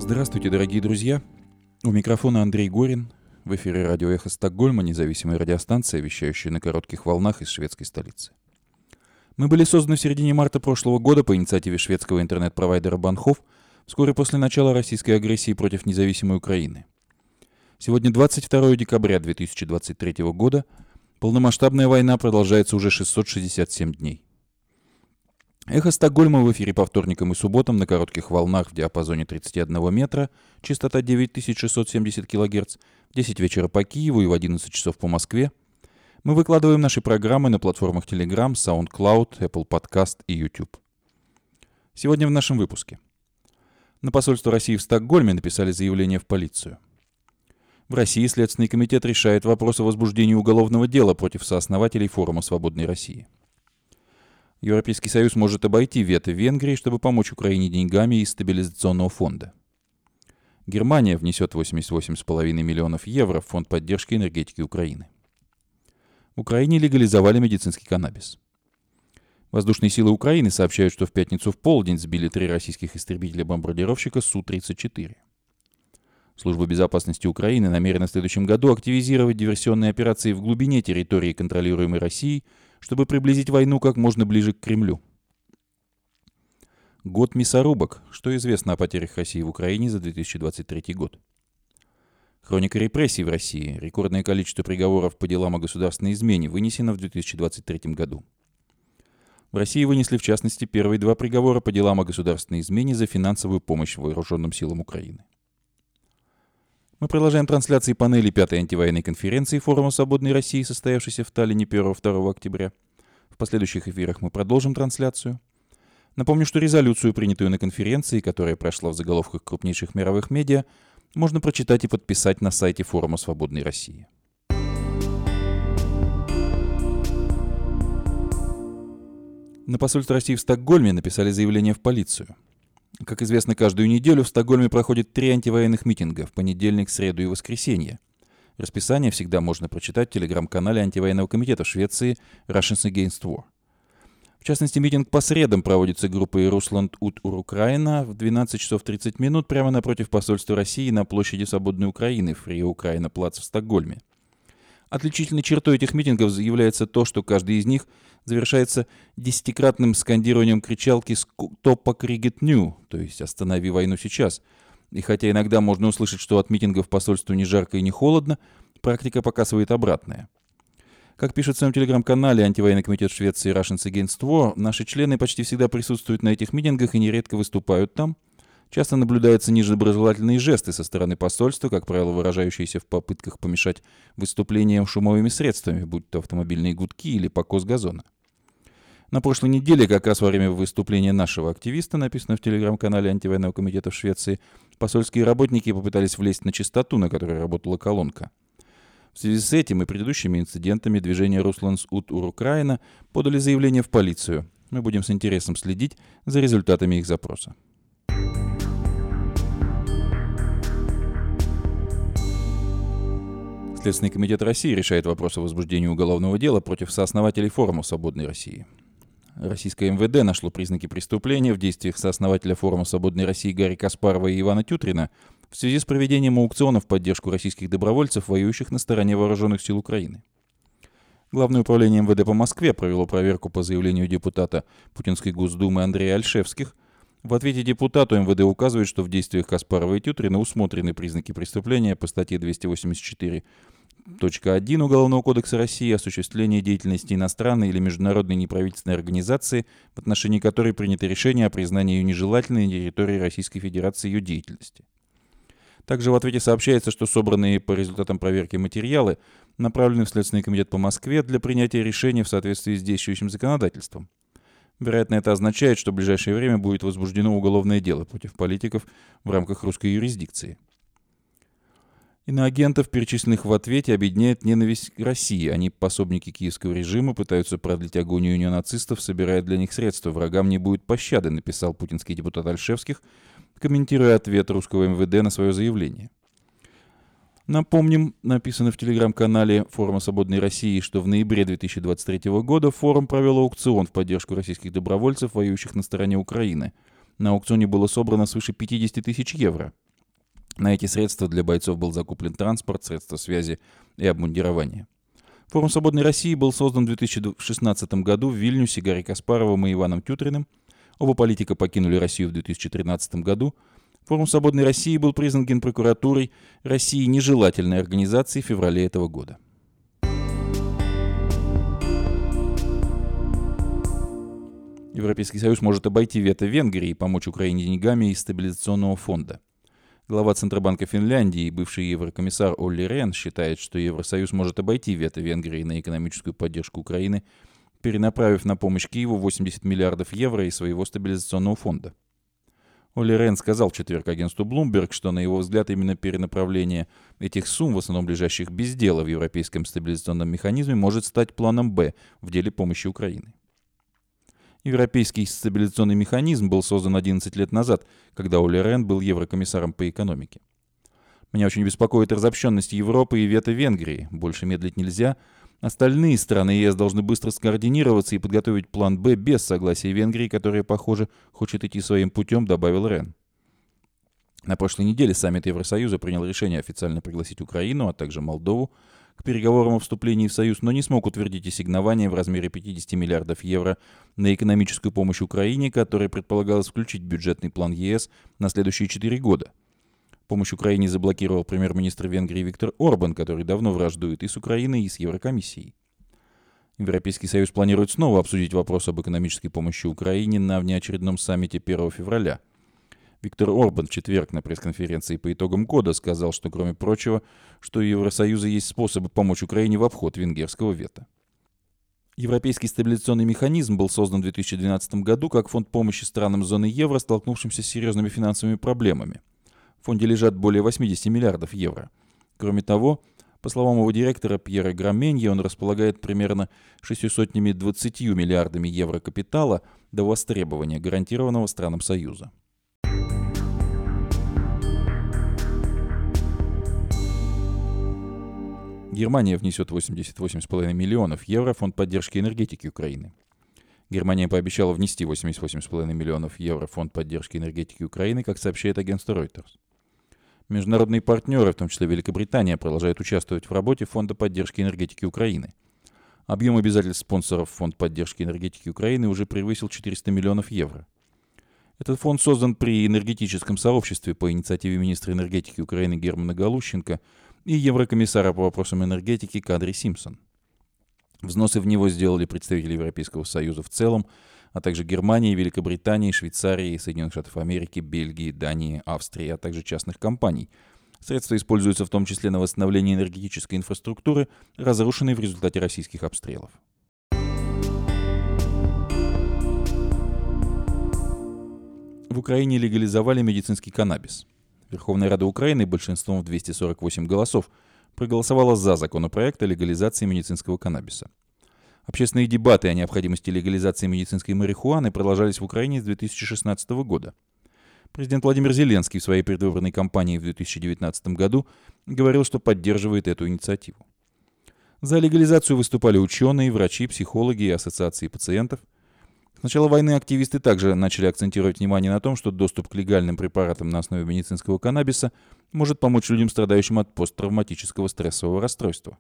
Здравствуйте, дорогие друзья! У микрофона Андрей Горин. В эфире радио «Эхо Стокгольма», независимая радиостанция, вещающая на коротких волнах из шведской столицы. Мы были созданы в середине марта прошлого года по инициативе шведского интернет-провайдера Банхоф вскоре после начала российской агрессии против независимой Украины. Сегодня 22 декабря 2023 года. Полномасштабная война продолжается уже 667 дней. «Эхо Стокгольма» в эфире по вторникам и субботам на коротких волнах в диапазоне 31 метра, частота 9670 кГц, в 10 вечера по Киеву и в 11 часов по Москве. Мы выкладываем наши программы на платформах Telegram, SoundCloud, Apple Podcast и YouTube. Сегодня в нашем выпуске. На посольство России в Стокгольме написали заявление в полицию. В России Следственный комитет решает вопрос о возбуждении уголовного дела против сооснователей форума «Свободной России». Европейский Союз может обойти вето Венгрии, чтобы помочь Украине деньгами из стабилизационного фонда. Германия внесет 88,5 миллионов евро в фонд поддержки энергетики Украины. В Украине легализовали медицинский каннабис. Воздушные силы Украины сообщают, что в пятницу в полдень сбили 3 российских истребителя-бомбардировщика Су-34. Служба безопасности Украины намерена в следующем году активизировать диверсионные операции в глубине территории, контролируемой Россией, чтобы приблизить войну как можно ближе к Кремлю. Год мясорубок. Что известно о потерях России в Украине за 2023 год? Хроника репрессий в России. Рекордное количество приговоров по делам о государственной измене вынесено в 2023 году. В России вынесли, в частности, первые 2 приговора по делам о государственной измене за финансовую помощь вооруженным силам Украины. Мы продолжаем трансляции панели 5-й антивоенной конференции Форума Свободной России, состоявшейся в Таллине 1-2 октября. В последующих эфирах мы продолжим трансляцию. Напомню, что резолюцию, принятую на конференции, которая прошла в заголовках крупнейших мировых медиа, можно прочитать и подписать на сайте Форума Свободной России. На посольство России в Стокгольме написали заявление в полицию. Как известно, каждую неделю в Стокгольме проходит 3 антивоенных митинга в понедельник, среду и воскресенье. Расписание всегда можно прочитать в телеграм-канале антивоенного комитета Швеции Russians Against War. В частности, митинг по средам проводится группой Русланд Ут Украина в 12 часов 30 минут прямо напротив посольства России на площади Свободной Украины Фри Украина Плац в Стокгольме. Отличительной чертой этих митингов является то, что каждый из них завершается 10-кратным скандированием кричалки «Стоппа кригет ню», то есть «Останови войну сейчас». И хотя иногда можно услышать, что от митингов посольству не жарко и не холодно, практика показывает обратное. Как пишет в своем телеграм-канале антивоенный комитет Швеции Russians Against War, наши члены почти всегда присутствуют на этих митингах и нередко выступают там. Часто наблюдаются недоброжелательные жесты со стороны посольства, как правило, выражающиеся в попытках помешать выступлениям шумовыми средствами, будь то автомобильные гудки или покос газона. На прошлой неделе, как раз во время выступления нашего активиста, написано в телеграм-канале антивоенного комитета в Швеции, посольские работники попытались влезть на частоту, на которой работала колонка. В связи с этим и предыдущими инцидентами движение Русландс Ут Украина подали заявление в полицию. Мы будем с интересом следить за результатами их запроса. Следственный комитет России решает вопрос о возбуждении уголовного дела против сооснователей Форума Свободной России. Российское МВД нашло признаки преступления в действиях сооснователя Форума Свободной России Гарри Каспарова и Ивана Тютрина в связи с проведением аукциона в поддержку российских добровольцев, воюющих на стороне вооруженных сил Украины. Главное управление МВД по Москве провело проверку по заявлению депутата Путинской Госдумы Андрея Альшевских. В ответе депутату МВД указывает, что в действиях Каспарова и Тютрина усмотрены признаки преступления по статье 284.1 Уголовного кодекса России «Осуществление деятельности иностранной или международной неправительственной организации, в отношении которой принято решение о признании ее нежелательной на территории Российской Федерации ее деятельности». Также в ответе сообщается, что собранные по результатам проверки материалы направлены в Следственный комитет по Москве для принятия решения в соответствии с действующим законодательством. Вероятно, это означает, что в ближайшее время будет возбуждено уголовное дело против политиков в рамках русской юрисдикции. Иноагентов, перечисленных в ответе, объединяет ненависть к России. Они, пособники киевского режима, пытаются продлить агонию неонацистов, собирая для них средства. Врагам не будет пощады, написал путинский депутат Альшевских, комментируя ответ русского МВД на свое заявление. Напомним, написано в телеграм-канале Форума Свободной России, что в ноябре 2023 года форум провел аукцион в поддержку российских добровольцев, воюющих на стороне Украины. На аукционе было собрано свыше 50 тысяч евро. На эти средства для бойцов был закуплен транспорт, средства связи и обмундирование. Форум «Свободной России» был создан в 2016 году в Вильнюсе Гарри Каспаровым и Иваном Тютриным. Оба политика покинули Россию в 2013 году. Форум «Свободной России» был признан Генпрокуратурой России нежелательной организацией в феврале этого года. Европейский Союз может обойти вето Венгрии и помочь Украине деньгами из стабилизационного фонда. Глава Центробанка Финляндии и бывший еврокомиссар Олли Рен считает, что Евросоюз может обойти вето Венгрии на экономическую поддержку Украины, перенаправив на помощь Киеву 80 миллиардов евро из своего стабилизационного фонда. Олли Рен сказал в четверг агентству Bloomberg, что, на его взгляд, именно перенаправление этих сумм, в основном лежащих без дела в европейском стабилизационном механизме, может стать планом «Б» в деле помощи Украины. Европейский стабилизационный механизм был создан 11 лет назад, когда Олли Рен был еврокомиссаром по экономике. Меня очень беспокоит разобщенность Европы и вето Венгрии. Больше медлить нельзя. Остальные страны ЕС должны быстро скоординироваться и подготовить план «Б» без согласия Венгрии, которая, похоже, хочет идти своим путем, добавил Рен. На прошлой неделе саммит Евросоюза принял решение официально пригласить Украину, а также Молдову к переговорам о вступлении в Союз, но не смог утвердить ассигнование в размере 50 миллиардов евро на экономическую помощь Украине, которая предполагалось включить в бюджетный план ЕС на следующие 4 года. Помощь Украине заблокировал премьер-министр Венгрии Виктор Орбан, который давно враждует и с Украиной, и с Еврокомиссией. Европейский Союз планирует снова обсудить вопрос об экономической помощи Украине на внеочередном саммите 1 февраля. Виктор Орбан в четверг на пресс-конференции по итогам года сказал, что, кроме прочего, что у Евросоюза есть способы помочь Украине в обход венгерского вето. Европейский стабилизационный механизм был создан в 2012 году как фонд помощи странам зоны евро, столкнувшимся с серьезными финансовыми проблемами. В фонде лежат более 80 миллиардов евро. Кроме того, по словам его директора Пьера Граменье, он располагает примерно 620 миллиардами евро капитала до востребования, гарантированного странам Союза. Германия внесет 88,5 миллионов евро в фонд поддержки энергетики Украины. Германия пообещала внести 88,5 миллионов евро в фонд поддержки энергетики Украины, как сообщает агентство Reuters. Международные партнеры, в том числе Великобритания, продолжают участвовать в работе Фонда поддержки энергетики Украины. Объем обязательств спонсоров Фонд поддержки энергетики Украины уже превысил 400 миллионов евро. Этот фонд создан при энергетическом сообществе по инициативе министра энергетики Украины Германа Галущенко и еврокомиссара по вопросам энергетики Кадри Симпсон. Взносы в него сделали представители Европейского Союза в целом, а также Германии, Великобритании, Швейцарии, Соединенных Штатов Америки, Бельгии, Дании, Австрии, а также частных компаний. Средства используются в том числе на восстановление энергетической инфраструктуры, разрушенной в результате российских обстрелов. В Украине легализовали медицинский каннабис. Верховная Рада Украины большинством в 248 голосов проголосовала за законопроект о легализации медицинского каннабиса. Общественные дебаты о необходимости легализации медицинской марихуаны продолжались в Украине с 2016 года. Президент Владимир Зеленский в своей предвыборной кампании в 2019 году говорил, что поддерживает эту инициативу. За легализацию выступали ученые, врачи, психологи и ассоциации пациентов. С начала войны активисты также начали акцентировать внимание на том, что доступ к легальным препаратам на основе медицинского каннабиса может помочь людям, страдающим от посттравматического стрессового расстройства.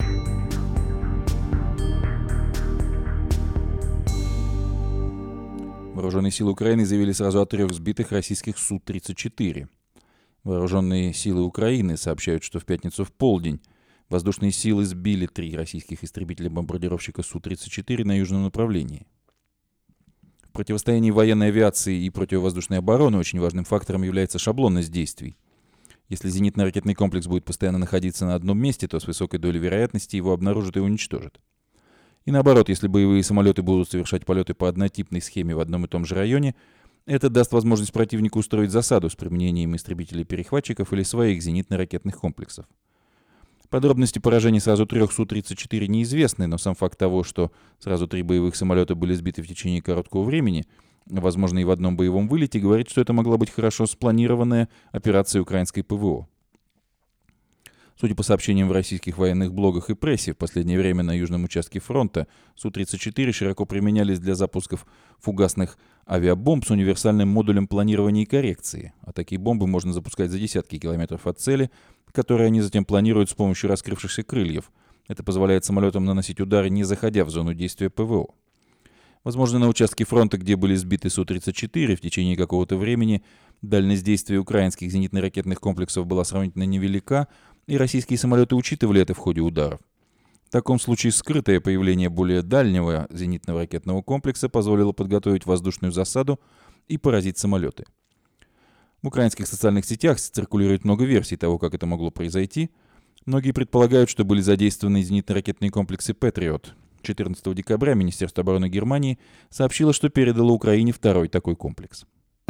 Вооруженные силы Украины заявили сразу о 3 сбитых российских Су-34. Вооруженные силы Украины сообщают, что в пятницу в полдень воздушные силы сбили 3 российских истребителя-бомбардировщика Су-34 на южном направлении. В противостоянии военной авиации и противовоздушной обороны очень важным фактором является шаблонность действий. Если зенитно-ракетный комплекс будет постоянно находиться на одном месте, то с высокой долей вероятности его обнаружат и уничтожат. И наоборот, если боевые самолеты будут совершать полеты по однотипной схеме в одном и том же районе, это даст возможность противнику устроить засаду с применением истребителей-перехватчиков или своих зенитно-ракетных комплексов. Подробности поражений сразу 3 Су-34 неизвестны, но сам факт того, что сразу 3 боевых самолета были сбиты в течение короткого времени, возможно, и в одном боевом вылете, говорит, что это могла быть хорошо спланированная операция украинской ПВО. Судя по сообщениям в российских военных блогах и прессе, в последнее время на южном участке фронта Су-34 широко применялись для запусков фугасных авиабомб с универсальным модулем планирования и коррекции. А такие бомбы можно запускать за десятки километров от цели, которые они затем планируют с помощью раскрывшихся крыльев. Это позволяет самолетам наносить удары, не заходя в зону действия ПВО. Возможно, на участке фронта, где были сбиты Су-34, в течение какого-то времени дальность действия украинских зенитно-ракетных комплексов была сравнительно невелика, и российские самолеты учитывали это в ходе ударов. В таком случае скрытое появление более дальнего зенитного ракетного комплекса позволило подготовить воздушную засаду и поразить самолеты. В украинских социальных сетях циркулирует много версий того, как это могло произойти. Многие предполагают, что были задействованы зенитно-ракетные комплексы «Патриот». 14 декабря Министерство обороны Германии сообщило, что передало Украине второй такой комплекс.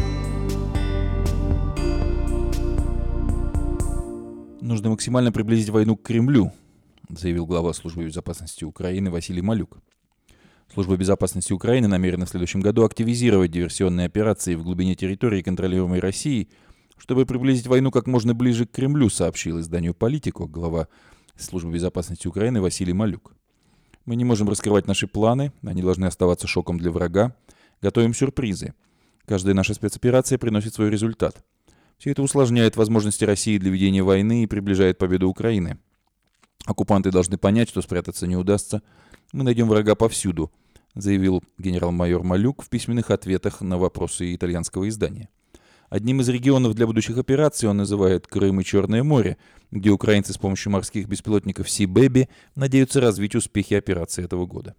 Нужно максимально приблизить войну к Кремлю, заявил глава Службы безопасности Украины Василий Малюк. Служба безопасности Украины намерена в следующем году активизировать диверсионные операции в глубине территории, контролируемой Россией, чтобы приблизить войну как можно ближе к Кремлю, сообщил изданию «Политико» глава Службы безопасности Украины Василий Малюк. Мы не можем раскрывать наши планы, они должны оставаться шоком для врага. Готовим сюрпризы. Каждая наша спецоперация приносит свой результат. Все это усложняет возможности России для ведения войны и приближает победу Украины. Оккупанты должны понять, что спрятаться не удастся. Мы найдем врага повсюду, заявил генерал-майор Малюк в письменных ответах на вопросы итальянского издания. Одним из регионов для будущих операций он называет Крым и Черное море, где украинцы с помощью морских беспилотников Sea-Baby надеются развить успехи операции этого года.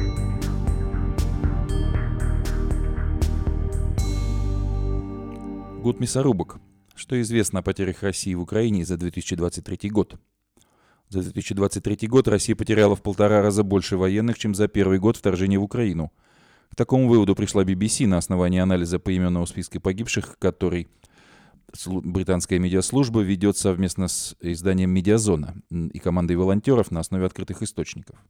Год мясорубок. Что известно о потерях России в Украине за 2023 год? За 2023 год Россия потеряла в 1,5 раза больше военных, чем за первый год вторжения в Украину. К такому выводу пришла BBC на основании анализа поименного списка погибших, который британская медиаслужба ведет совместно с изданием «Медиазона» и командой волонтеров на основе открытых источников.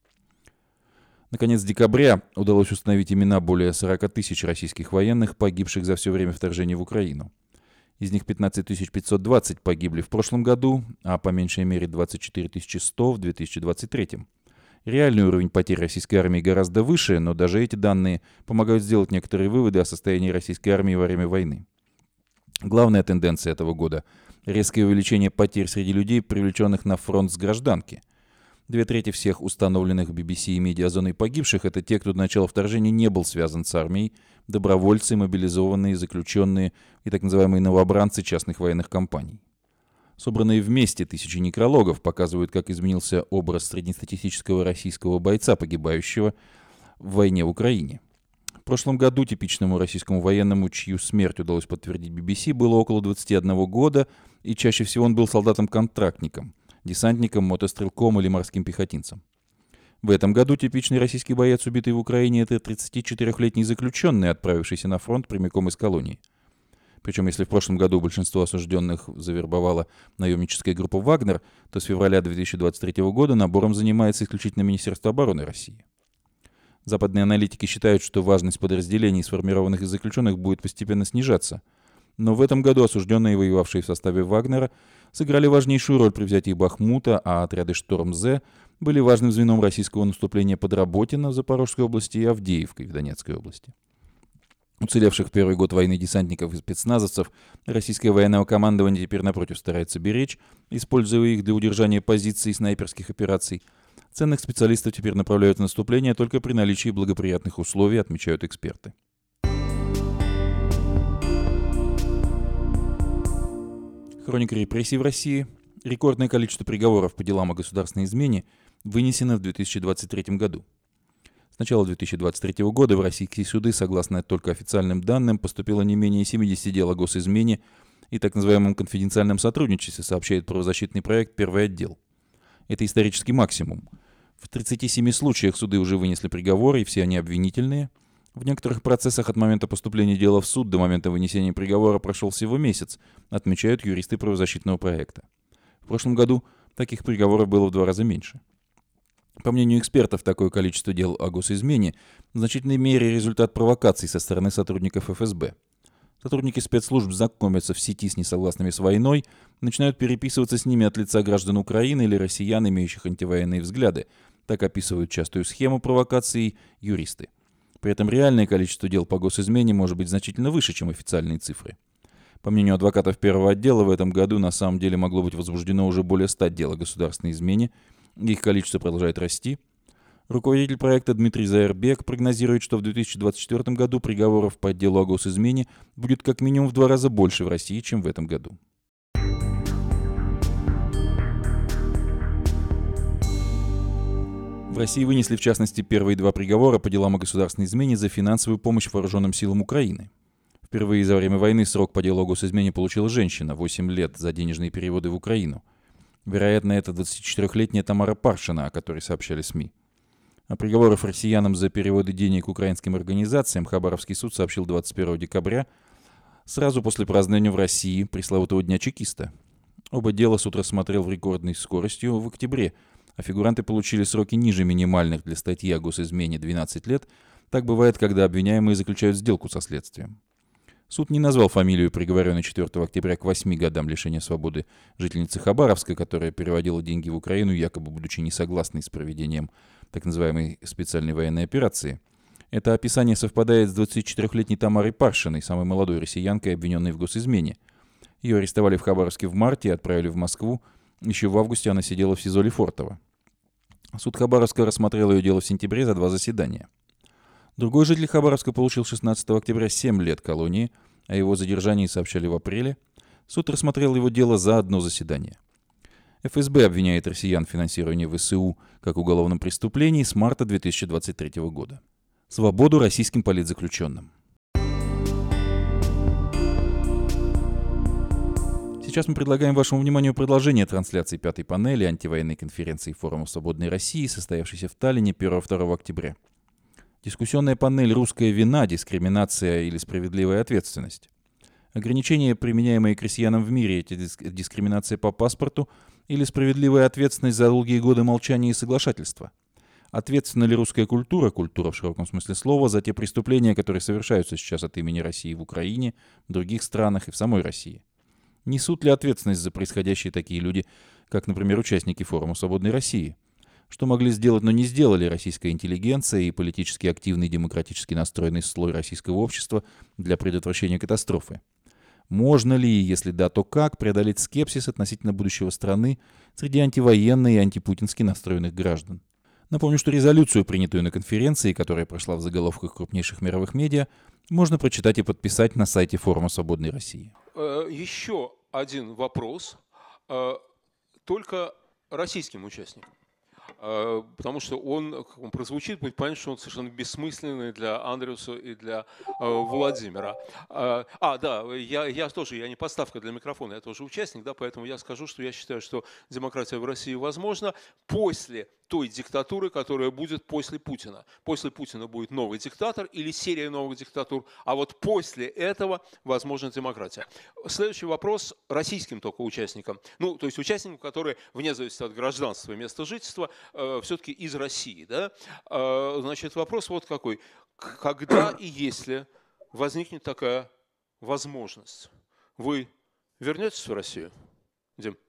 Наконец декабря удалось установить имена более 40 тысяч российских военных, погибших за все время вторжения в Украину. Из них 15 520 погибли в прошлом году, а по меньшей мере 24 100 в 2023. Реальный уровень потерь российской армии гораздо выше, но даже эти данные помогают сделать некоторые выводы о состоянии российской армии во время войны. Главная тенденция этого года – резкое увеличение потерь среди людей, привлеченных на фронт с гражданки. 2/3 всех установленных BBC и медиазоной погибших – это те, кто до начала вторжения не был связан с армией, добровольцы, мобилизованные, заключенные и так называемые новобранцы частных военных компаний. Собранные вместе тысячи некрологов показывают, как изменился образ среднестатистического российского бойца, погибающего в войне в Украине. В прошлом году типичному российскому военному, чью смерть удалось подтвердить BBC, было около 21 года, и чаще всего он был солдатом-контрактником, десантником, мотострелком или морским пехотинцем. В этом году типичный российский боец, убитый в Украине, это 34-летний заключенный, отправившийся на фронт прямиком из колонии. Причем, если в прошлом году большинство осужденных завербовала наемническая группа «Вагнер», то с февраля 2023 года набором занимается исключительно Министерство обороны России. Западные аналитики считают, что важность подразделений, сформированных из заключенных, будет постепенно снижаться. Но в этом году осужденные, воевавшие в составе «Вагнера», сыграли важнейшую роль при взятии Бахмута, а отряды «Шторм-З» были важным звеном российского наступления под Работино в Запорожской области и Авдеевкой в Донецкой области. Уцелевших в первый год войны десантников и спецназовцев российское военное командование теперь, напротив, старается беречь, используя их для удержания позиций и снайперских операций. Ценных специалистов теперь направляют в наступление только при наличии благоприятных условий, отмечают эксперты. Хроника репрессий в России. Рекордное количество приговоров по делам о государственной измене вынесено в 2023 году. С начала 2023 года в российские суды, согласно только официальным данным, поступило не менее 70 дел о госизмене и так называемом конфиденциальном сотрудничестве, сообщает правозащитный проект «Первый отдел». Это исторический максимум. В 37 случаях суды уже вынесли приговоры, и все они обвинительные. В некоторых процессах от момента поступления дела в суд до момента вынесения приговора прошел всего месяц, отмечают юристы правозащитного проекта. В прошлом году таких приговоров было в 2 раза меньше. По мнению экспертов, такое количество дел о госизмене в значительной мере результат провокаций со стороны сотрудников ФСБ. Сотрудники спецслужб знакомятся в сети с несогласными с войной, начинают переписываться с ними от лица граждан Украины или россиян, имеющих антивоенные взгляды. Так описывают частую схему провокаций юристы. При этом реальное количество дел по госизмене может быть значительно выше, чем официальные цифры. По мнению адвокатов первого отдела, в этом году на самом деле могло быть возбуждено уже более 100 дел о государственной измене, и их количество продолжает расти. Руководитель проекта Дмитрий Заербек прогнозирует, что в 2024 году приговоров по делу о госизмене будет как минимум в 2 раза больше в России, чем в этом году. В России вынесли, в частности, первые 2 приговора по делам о государственной измене за финансовую помощь вооруженным силам Украины. Впервые за время войны срок по делу о госизмене получила женщина – 8 лет за денежные переводы в Украину. Вероятно, это 24-летняя Тамара Паршина, о которой сообщали СМИ. О приговорах россиянам за переводы денег украинским организациям Хабаровский суд сообщил 21 декабря, сразу после празднования в России пресловутого Дня чекиста. Оба дела суд рассмотрел в рекордной скоростью в октябре, а фигуранты получили сроки ниже минимальных для статьи о госизмене 12 лет. Так бывает, когда обвиняемые заключают сделку со следствием. Суд не назвал фамилию приговоренной 4 октября к 8 годам лишения свободы жительницы Хабаровска, которая переводила деньги в Украину, якобы будучи не согласной с проведением так называемой специальной военной операции. Это описание совпадает с 24-летней Тамарой Паршиной, самой молодой россиянкой, обвиненной в госизмене. Ее арестовали в Хабаровске в марте и отправили в Москву. Еще в августе она сидела в СИЗО Лефортово. Суд Хабаровска рассмотрел ее дело в сентябре за 2 заседания. Другой житель Хабаровска получил 16 октября 7 лет колонии, о его задержании сообщали в апреле. Суд рассмотрел его дело за 1 заседание. ФСБ обвиняет россиян в финансировании ВСУ как уголовном преступлении с марта 2023 года. Свободу российским политзаключенным. Сейчас мы предлагаем вашему вниманию продолжение трансляции 5-й панели антивоенной конференции Форума Свободной России, состоявшейся в Таллине 1-2 октября. Дискуссионная панель «Русская вина, дискриминация или справедливая ответственность». Ограничения, применяемые к россиянам в мире, это дискриминация по паспорту или справедливая ответственность за долгие годы молчания и соглашательства. Ответственна ли русская культура, культура в широком смысле слова, за те преступления, которые совершаются сейчас от имени России в Украине, в других странах и в самой России? Несут ли ответственность за происходящие такие люди, как, например, участники Форума Свободной России? Что могли сделать, но не сделали российская интеллигенция и политически активный демократически настроенный слой российского общества для предотвращения катастрофы? Можно ли, если да, то как, преодолеть скепсис относительно будущего страны среди антивоенной и антипутински настроенных граждан? Напомню, что резолюцию, принятую на конференции, которая прошла в заголовках крупнейших мировых медиа, можно прочитать и подписать на сайте Форума Свободной России. Еще один вопрос, только российским участникам. Потому что он прозвучит, будет понятно, что он совершенно бессмысленный для Андреуса и для Владимира. Да, я тоже, я не подставка для микрофона, я тоже участник, да, поэтому я скажу, что я считаю, что демократия в России возможна после той диктатуры, которая будет после Путина. После Путина будет новый диктатор или серия новых диктатур, а вот после этого возможна демократия. Следующий вопрос российским только участникам. То есть участникам, которые, вне зависимости от гражданства и места жительства, все-таки из России. Да? Значит, вопрос вот какой. Когда и если возникнет такая возможность, вы вернетесь в Россию, Дим?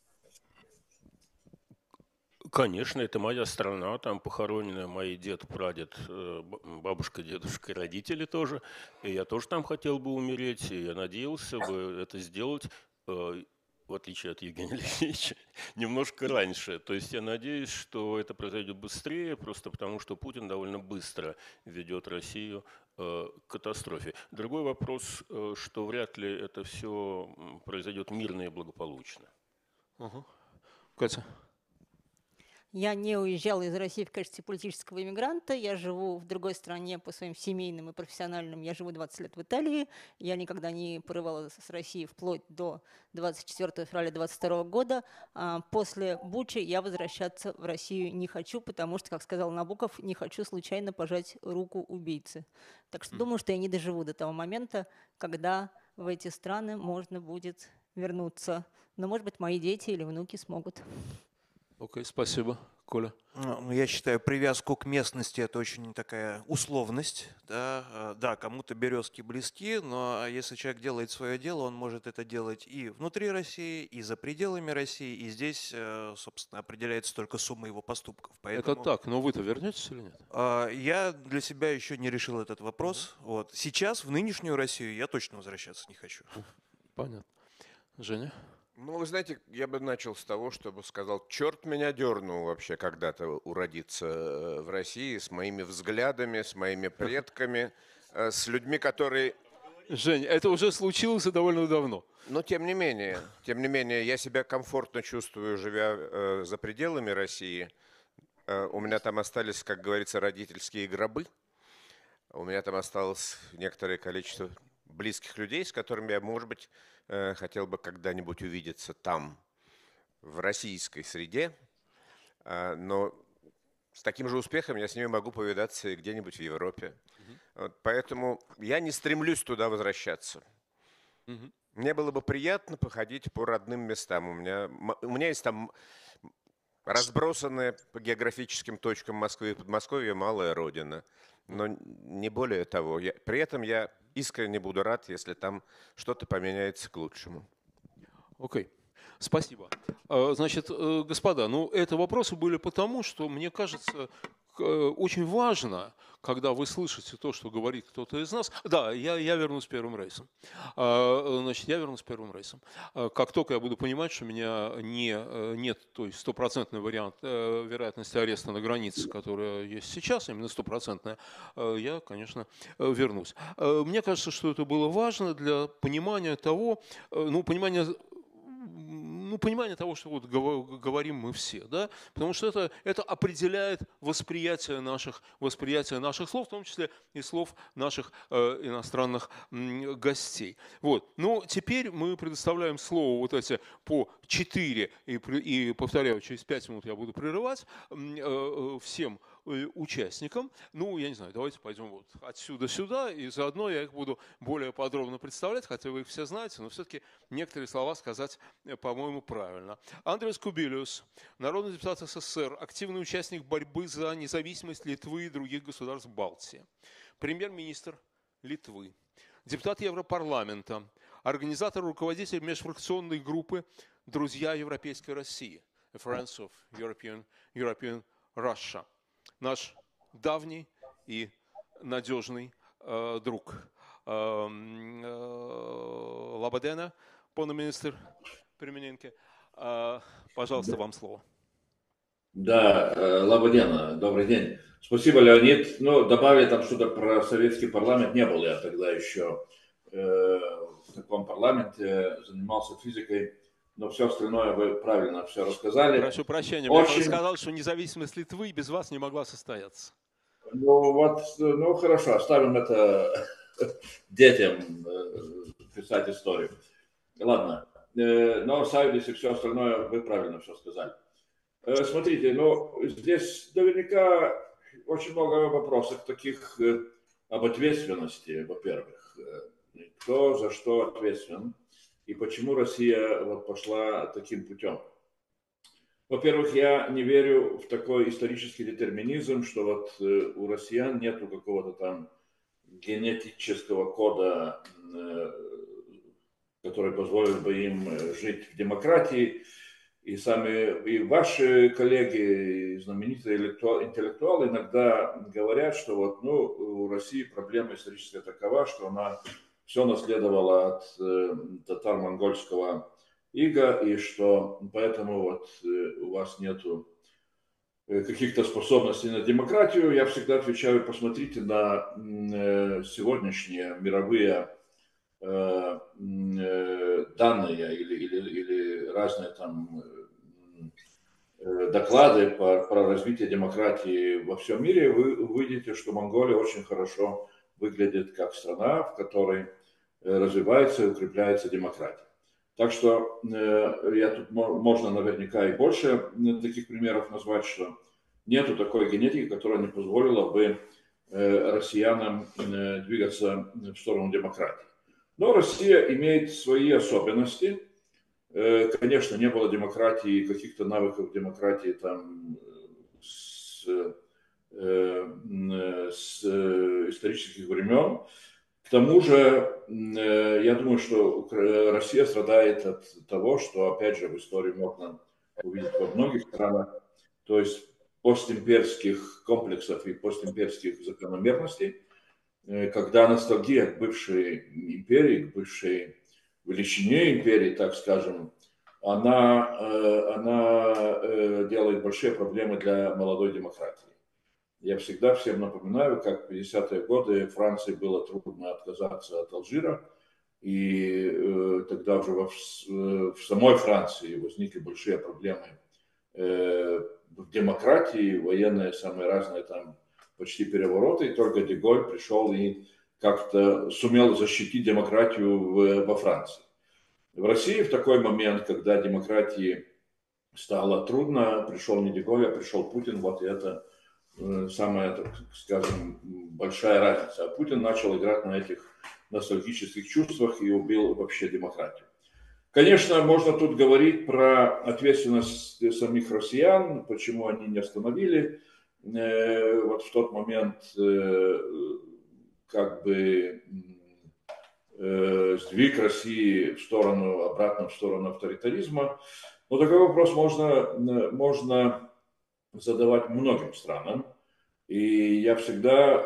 Конечно, это моя страна, там похоронены мои дед, прадед, бабушка, дедушка, родители тоже. И я тоже там хотел бы умереть, и я надеялся бы это сделать, в отличие от Евгения Алексеевича, немножко раньше. То есть я надеюсь, что это произойдет быстрее, просто потому что Путин довольно быстро ведет Россию к катастрофе. Другой вопрос, что вряд ли это все произойдет мирно и благополучно. Катя? Я не уезжала из России в качестве политического иммигранта. Я живу в другой стране по своим семейным и профессиональным. Я живу 20 лет в Италии. Я никогда не порывала с Россией вплоть до 24 февраля 2022 года. После Бучи я возвращаться в Россию не хочу, потому что, как сказал Набоков, не хочу случайно пожать руку убийцы. Так что думаю, что я не доживу до того момента, когда в эти страны можно будет вернуться. Но, может быть, мои дети или внуки смогут. Окей, спасибо. Коля? Ну, я считаю, привязку к местности – это очень такая условность. Да, да, кому-то березки близки, но если человек делает свое дело, он может это делать и внутри России, и за пределами России, и здесь, собственно, определяется только сумма его поступков. Это Поэтому так, но вы-то вернетесь или нет? я для себя еще не решил этот вопрос. Вот. Сейчас, в нынешнюю Россию, я точно возвращаться не хочу. Понятно. Женя? Ну, вы знаете, я бы начал с того, чтобы сказал, черт меня дернул вообще когда-то уродиться в России с моими взглядами, с моими предками, с людьми, которые... Жень, это уже случилось и довольно давно. Но тем не менее, я себя комфортно чувствую, живя за пределами России. У меня там остались, как говорится, родительские гробы. У меня там осталось некоторое количество близких людей, с которыми я, может быть, хотел бы когда-нибудь увидеться там, в российской среде. Но с таким же успехом я с ними могу повидаться и где-нибудь в Европе. Вот, поэтому я не стремлюсь туда возвращаться. Мне было бы приятно походить по родным местам. У меня есть там разбросанная по географическим точкам Москвы и Подмосковья малая родина. Но не более того. При этом я искренне буду рад, если там что-то поменяется к лучшему. Окей. Спасибо. Значит, господа, ну это вопросы были потому, что мне кажется, очень важно, когда вы слышите то, что говорит кто-то из нас. Да, я вернусь первым рейсом. Значит, я вернусь первым рейсом. Как только я буду понимать, что у меня нет той стопроцентной вероятности ареста на границе, которая есть сейчас, именно стопроцентная, я, конечно, вернусь. Мне кажется, что это было важно для понимания того, понимание того, что вот говорим мы все, да? Потому что это определяет восприятие наших слов, в том числе и слов наших иностранных гостей. Вот. Но теперь мы предоставляем слово вот эти по 4, и повторяю, через 5 минут я буду прерывать, всем участникам. Ну, я не знаю, давайте пойдем вот отсюда сюда, и заодно я их буду более подробно представлять, хотя вы их все знаете, но все-таки некоторые слова сказать, по-моему, правильно. Андриас Кубилюс, народный депутат СССР, активный участник борьбы за независимость Литвы и других государств Балтии. Премьер-министр Литвы, депутат Европарламента, организатор и руководитель межфракционной группы «Друзья Европейской России» Friends of European Russia. Наш давний и надежный друг. Лабадена, пане министр Перемененко. Пожалуйста, вам слово. Да, Лабадена, добрый день. Спасибо, Леонид. Ну, добавить там что-то про советский парламент не был я тогда еще в таком парламенте, занимался физикой. Но все остальное вы правильно все рассказали. Прошу прощения, я сказал, что независимость Литвы без вас не могла состояться. Ну хорошо, оставим это детям писать историю. Ладно, но Сайдис и все остальное вы правильно все сказали. Смотрите, здесь наверняка очень много вопросов таких об ответственности, во-первых. Кто за что ответственен? И почему Россия пошла таким путем? Во-первых, я не верю в такой исторический детерминизм, что у россиян нету какого-то там генетического кода, который позволил бы им жить в демократии. И ваши коллеги, знаменитые интеллектуалы иногда говорят, что у России проблема историческая такова, что она все наследовало от татаро-монгольского ига, и что поэтому у вас нету каких-то способностей на демократию. Я всегда отвечаю, посмотрите на сегодняшние мировые данные или разные там доклады про развитие демократии во всем мире. Вы увидите, что Монголия очень хорошо выглядит как страна, в которой развивается и укрепляется демократия. Так что можно наверняка и больше таких примеров назвать, что нету такой генетики, которая не позволила бы россиянам двигаться в сторону демократии. Но Россия имеет свои особенности. Конечно, не было демократии, каких-то навыков демократии там с исторических времен. К тому же, я думаю, что Россия страдает от того, что, опять же, в истории можно увидеть во многих странах, то есть постимперских комплексов и постимперских закономерностей, когда ностальгия к бывшей империи, к бывшей величине империи, так скажем, она делает большие проблемы для молодой демократии. Я всегда всем напоминаю, как в 50-е годы Франции было трудно отказаться от Алжира, и тогда уже в самой Франции возникли большие проблемы в демократии, военные самые разные там почти перевороты, и только Де-Голь пришел и как-то сумел защитить демократию во Франции. В России в такой момент, когда демократии стало трудно, пришел не Де-Голь, а пришел Путин, вот и это самая, так скажем, большая разница. А Путин начал играть на этих ностальгических чувствах и убил вообще демократию. Конечно, можно тут говорить про ответственность самих россиян, почему они не остановили вот в тот момент как бы сдвиг России в сторону, обратно в сторону авторитаризма. Но такой вопрос можно задавать многим странам. И я всегда,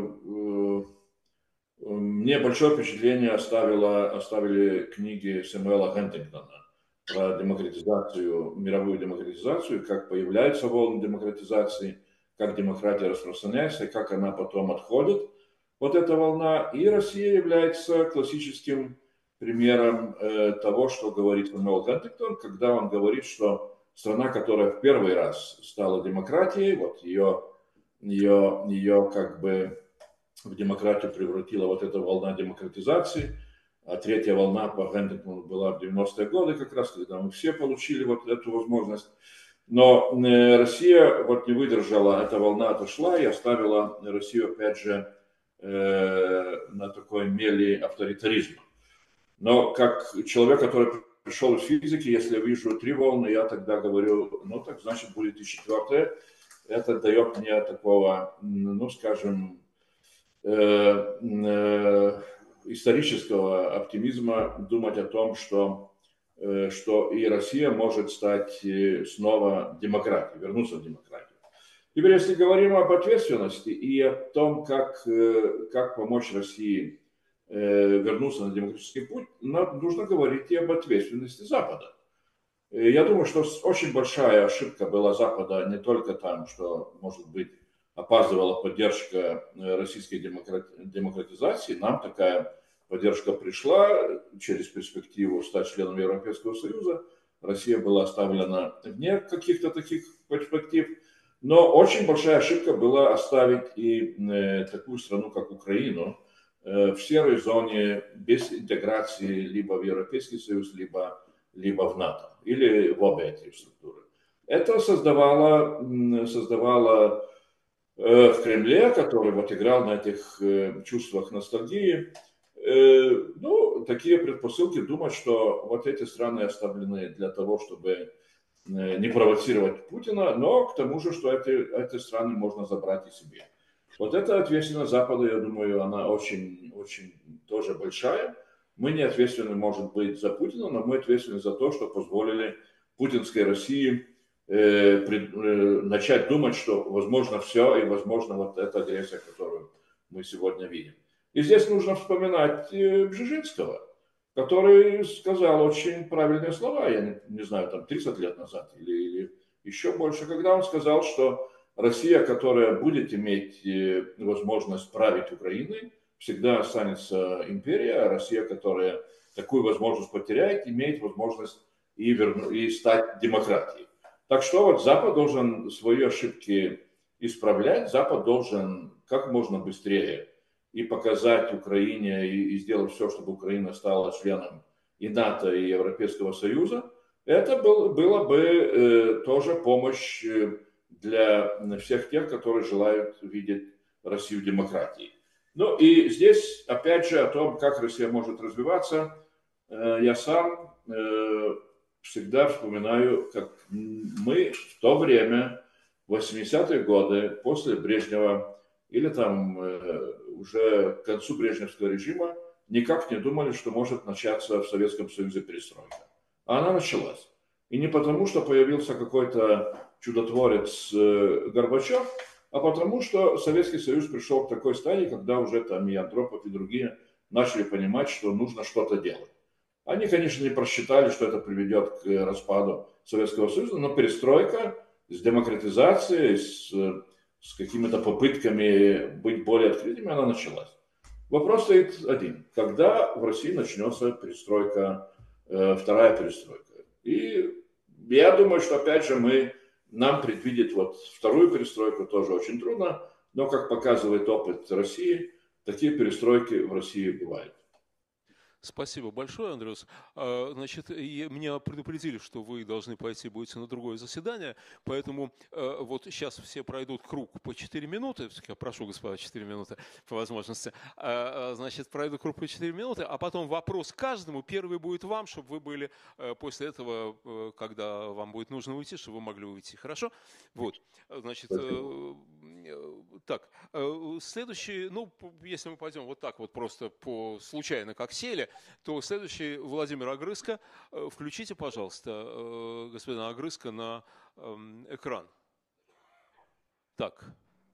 мне большое впечатление оставили книги Сэмюэла Хантингтона про демократизацию, мировую демократизацию, как появляются волны демократизации, как демократия распространяется и как она потом отходит. Вот эта волна. И Россия является классическим примером того, что говорит Сэмюэл Хантингтон, когда он говорит, что страна, которая в первый раз стала демократией, вот ее как бы в демократию превратила вот эта волна демократизации, а третья волна по Хантингтону была в 90-е годы как раз, когда мы все получили вот эту возможность. Но Россия вот не выдержала, эта волна отошла и оставила Россию опять же на такой мели авторитаризма. Но как человек, который пришел из физики, если я вижу 3 волны, я тогда говорю, ну так значит будет и 4-я. Это дает мне такого, ну скажем, исторического оптимизма думать о том, что и Россия может стать снова демократией, вернуться в демократию. Теперь, если говорим об ответственности и о том, как помочь России вернуться на демократический путь, нам нужно говорить и об ответственности Запада. Я думаю, что очень большая ошибка была Запада не только там, что, может быть, опаздывала поддержка российской демократизации. Нам такая поддержка пришла через перспективу стать членом Европейского Союза. Россия была оставлена вне каких-то таких перспектив. Но очень большая ошибка была оставить и такую страну, как Украину, в серой зоне без интеграции либо в Европейский Союз, либо в НАТО, или в обе эти структуры. Это создавало в Кремле, который вот играл на этих чувствах ностальгии, ну, такие предпосылки думать, что вот эти страны оставлены для того, чтобы не провоцировать Путина, но к тому же, что эти страны можно забрать и себе. Вот эта ответственность Запада, я думаю, она очень, очень тоже большая. Мы не ответственны, может быть, за Путина, но мы ответственны за то, что позволили путинской России начать думать, что возможно все и возможно вот эта агрессия, которую мы сегодня видим. И здесь нужно вспоминать Бжезинского, который сказал очень правильные слова, я не знаю, там 30 лет назад или еще больше, когда он сказал, что Россия, которая будет иметь возможность править Украиной, всегда останется империей, а Россия, которая такую возможность потеряет, имеет возможность и стать демократией. Так что вот Запад должен свои ошибки исправлять, Запад должен как можно быстрее и показать Украине, и сделать все, чтобы Украина стала членом и НАТО, и Европейского Союза. Это было бы тоже помощь для всех тех, которые желают видеть Россию демократией. Ну и здесь, опять же, о том, как Россия может развиваться, я сам всегда вспоминаю, как мы в то время, в 80-е годы, после Брежнева, или там уже к концу брежневского режима, никак не думали, что может начаться в Советском Союзе перестройка. А она началась. И не потому, что появился какой-то чудотворец Горбачев, а потому, что Советский Союз пришел к такой стадии, когда уже там и Андропов, и другие начали понимать, что нужно что-то делать. Они, конечно, не просчитали, что это приведет к распаду Советского Союза, но перестройка с демократизацией, с какими-то попытками быть более открытыми, она началась. Вопрос стоит один. Когда в России начнется перестройка, вторая перестройка? И я думаю, что опять же нам предвидеть вот вторую перестройку тоже очень трудно, но, как показывает опыт России, такие перестройки в России бывают. Спасибо большое, Андреас. Значит, меня предупредили, что вы должны пойти, будете на другое заседание, поэтому вот сейчас все пройдут круг по 4 минуты, я прошу, господа, 4 минуты по возможности, значит, пройдут круг по 4 минуты, а потом вопрос каждому, первый будет вам, чтобы вы были после этого, когда вам будет нужно уйти, чтобы вы могли уйти, хорошо? Вот, значит, так, следующий, ну, если мы пойдем вот так вот просто случайно, как сели, то следующий Владимир Огрызко. Включите, пожалуйста, господина Огрызко на экран. Так.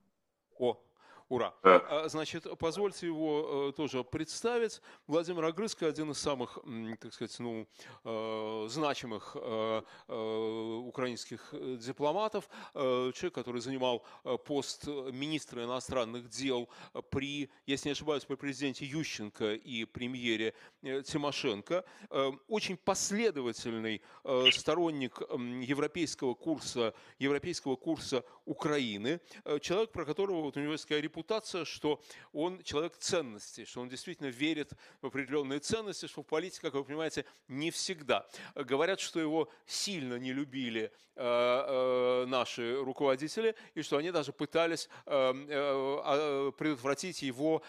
Ура. Значит, позвольте его тоже представить. Владимир Огрызко – один из самых, так сказать, значимых украинских дипломатов. Человек, который занимал пост министра иностранных дел при, если не ошибаюсь, при президенте Ющенко и премьере Тимошенко. Очень последовательный сторонник европейского курса Украины. Человек, про которого вот у него есть такая репутация, что он человек ценностей, что он действительно верит в определенные ценности, что в политике, как вы понимаете, не всегда. Говорят, что его сильно не любили наши руководители, и что они даже пытались предотвратить его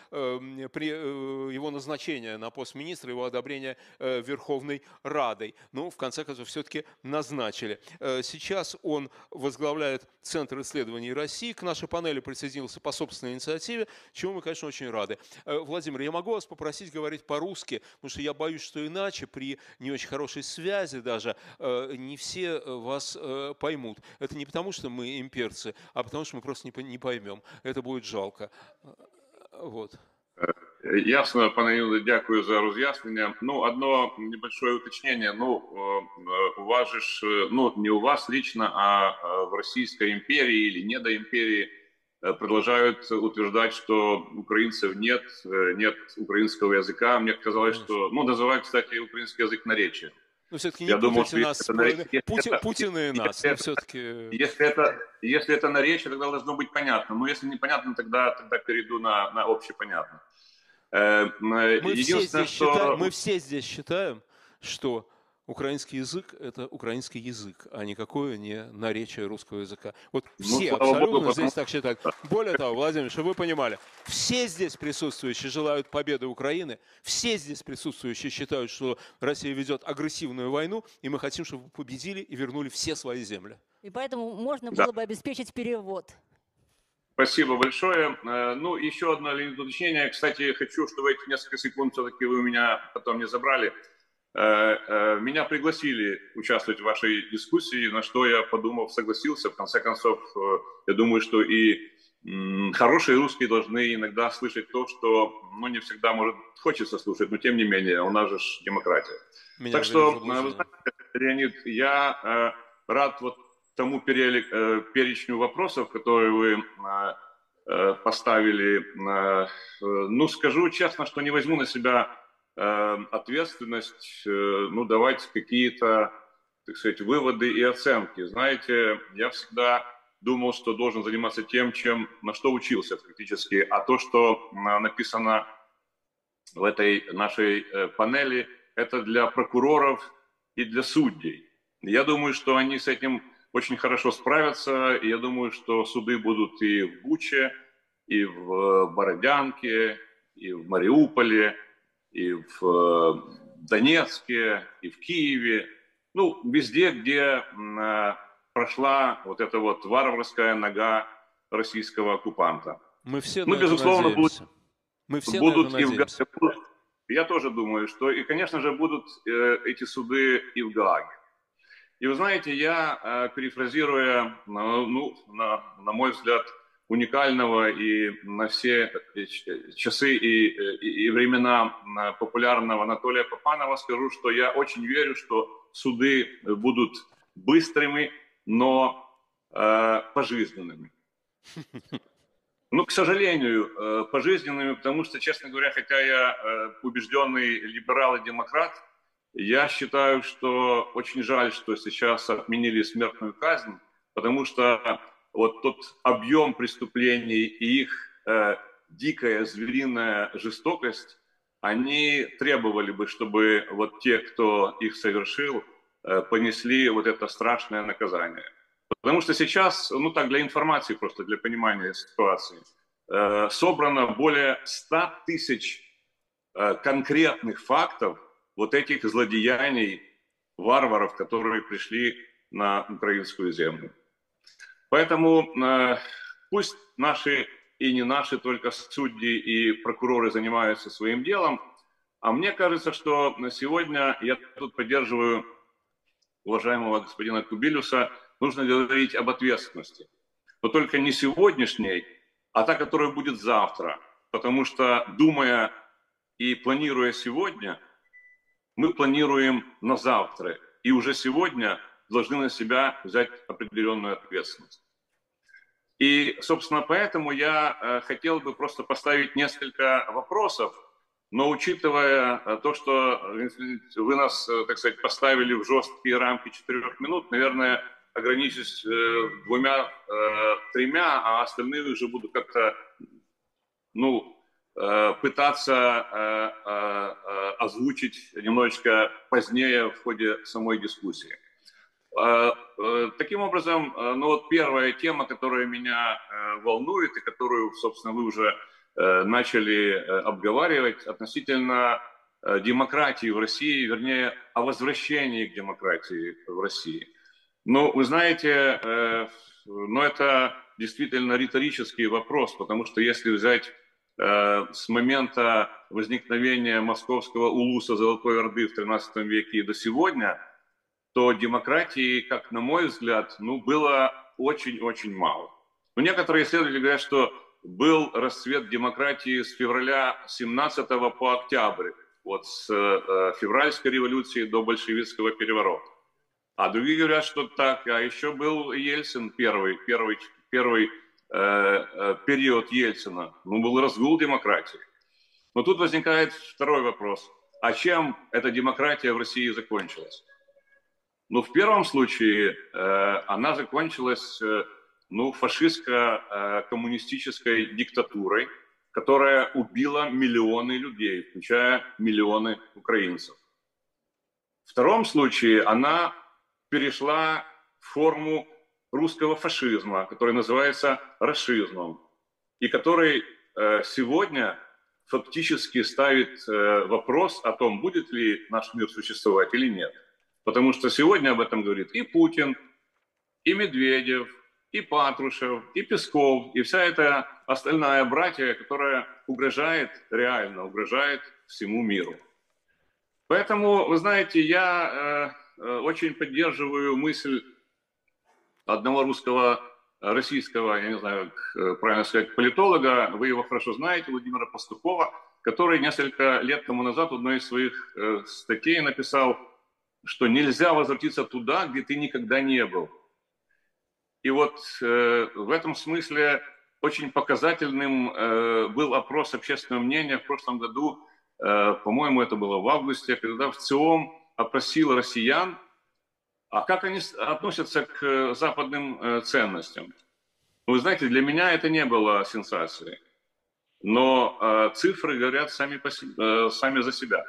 назначение на пост министра, его одобрение Верховной Радой. Ну, в конце концов, все-таки назначили. Сейчас он возглавляет Центр исследований России. К нашей панели присоединился по собственной инициативе, чему мы, конечно, очень рады. Владимир, я могу вас попросить говорить по-русски, потому что я боюсь, что иначе при не очень хорошей связи даже не все вас поймут. Это не потому, что мы имперцы, а потому, что мы просто не поймем. Это будет жалко. Вот. Ясно, пане Юле, дякую за роз'яснення. Ну, одно небольшое уточнение. Ну, у вас же, ну, не у вас лично, а в Российской империи или недоимперии продолжают утверждать, что украинцев нет украинского языка. Мне казалось, что, ну, называют, кстати, украинский язык наречием. Ну, все-таки не путайте нас, Путин и нас, но все-таки... Если это наречие, тогда должно быть понятно. Но если непонятно, тогда перейду на общепонятно. Мы все здесь считаем, что украинский язык – это украинский язык, а никакое не наречие русского языка. Вот все абсолютно здесь так считают. Более того, Владимир, чтобы вы понимали, все здесь присутствующие желают победы Украины, все здесь присутствующие считают, что Россия ведет агрессивную войну, и мы хотим, чтобы вы победили и вернули все свои земли. И поэтому можно было бы обеспечить перевод. Спасибо большое. Ну, еще одно уточнение. Кстати, хочу, чтобы эти несколько секунд все-таки вы у меня потом не забрали. Меня пригласили участвовать в вашей дискуссии, на что я, подумав, согласился. В конце концов, я думаю, что и хорошие русские должны иногда слышать то, что, ну, не всегда, может, хочется слушать, но тем не менее, у нас же демократия. Так что, вы знаете, Леонид, я рад вот тому перечню вопросов, которые вы поставили. Ну, скажу честно, что не возьму на себя ответственность, ну, давать какие-то, так сказать, выводы и оценки. Знаете, я всегда думал, что должен заниматься тем, на что учился фактически, а то, что написано в этой нашей панели, это для прокуроров и для судей. Я думаю, что они с этим очень хорошо справятся, и я думаю, что суды будут и в Буче, и в Бородянке, и в Мариуполе, и в Донецке, и в Киеве, ну, везде, где прошла вот эта вот варварская нога российского оккупанта. Мы все Ну, на это безусловно, надеемся. Мы все на это будут и в надеемся. Гааге. Я тоже думаю, что, и, конечно же, будут эти суды и в Гааге. И вы знаете, я, перефразируя, ну, на мой взгляд, уникального и на все часы и времена популярного Анатолия Папанова скажу, что я очень верю, что суды будут быстрыми, но пожизненными. Ну, к сожалению, пожизненными, потому что, честно говоря, хотя я убежденный либерал и демократ, я считаю, что очень жаль, что сейчас отменили смертную казнь, потому что вот тот объем преступлений и их дикая звериная жестокость, они требовали бы, чтобы вот те, кто их совершил, понесли вот это страшное наказание. Потому что сейчас, ну так, для информации, просто для понимания ситуации, собрано более 100 тысяч конкретных фактов вот этих злодеяний варваров, которые пришли на украинскую землю. Поэтому пусть наши и не наши только судьи и прокуроры занимаются своим делом, а мне кажется, что на сегодня, я тут поддерживаю уважаемого господина Кубилюса, нужно говорить об ответственности. Но только не сегодняшней, а та, которая будет завтра. Потому что, думая и планируя сегодня, мы планируем на завтра. И уже сегодня должны на себя взять определенную ответственность. И, собственно, поэтому я хотел бы просто поставить несколько вопросов, но учитывая то, что вы нас, так сказать, поставили в жесткие рамки 4 минут, наверное, ограничусь 2-3, а остальные уже буду как-то, ну, пытаться озвучить немножечко позднее в ходе самой дискуссии. Таким образом, ну вот первая тема, которая меня волнует и которую, собственно, вы уже начали обговаривать относительно демократии в России, вернее, о возвращении к демократии в России. Ну, вы знаете, ну это действительно риторический вопрос, потому что если взять с момента возникновения московского улуса Золотой Орды в XIII веке и до сегодня, то демократии, как на мой взгляд, ну, было очень-очень мало. Но некоторые исследователи говорят, что был расцвет демократии с февраля 17 по октябрь, вот с февральской революции до большевистского переворота. А другие говорят, что так, а еще был Ельцин первый период Ельцина, ну, был разгул демократии. Но тут возникает второй вопрос. А чем эта демократия в России закончилась? Ну, в первом случае она закончилась, ну, фашистско-коммунистической диктатурой, которая убила миллионы людей, включая миллионы украинцев. В втором случае она перешла в форму русского фашизма, который называется рашизмом, и который сегодня фактически ставит вопрос о том, будет ли наш мир существовать или нет. Потому что сегодня об этом говорит и Путин, и Медведев, и Патрушев, и Песков, и вся эта остальная братья, которая угрожает, реально угрожает всему миру. Поэтому, вы знаете, я очень поддерживаю мысль одного российского, я не знаю, как правильно сказать, политолога, вы его хорошо знаете, Владимира Пастухова, который несколько лет тому назад в одной из своих статей написал, что нельзя возвратиться туда, где ты никогда не был. И вот в этом смысле очень показательным был опрос общественного мнения в прошлом году, по-моему, это было в августе, когда ВЦИОМ опросил россиян, а как они относятся к западным ценностям. Вы знаете, для меня это не было сенсацией, но цифры говорят сами за себя.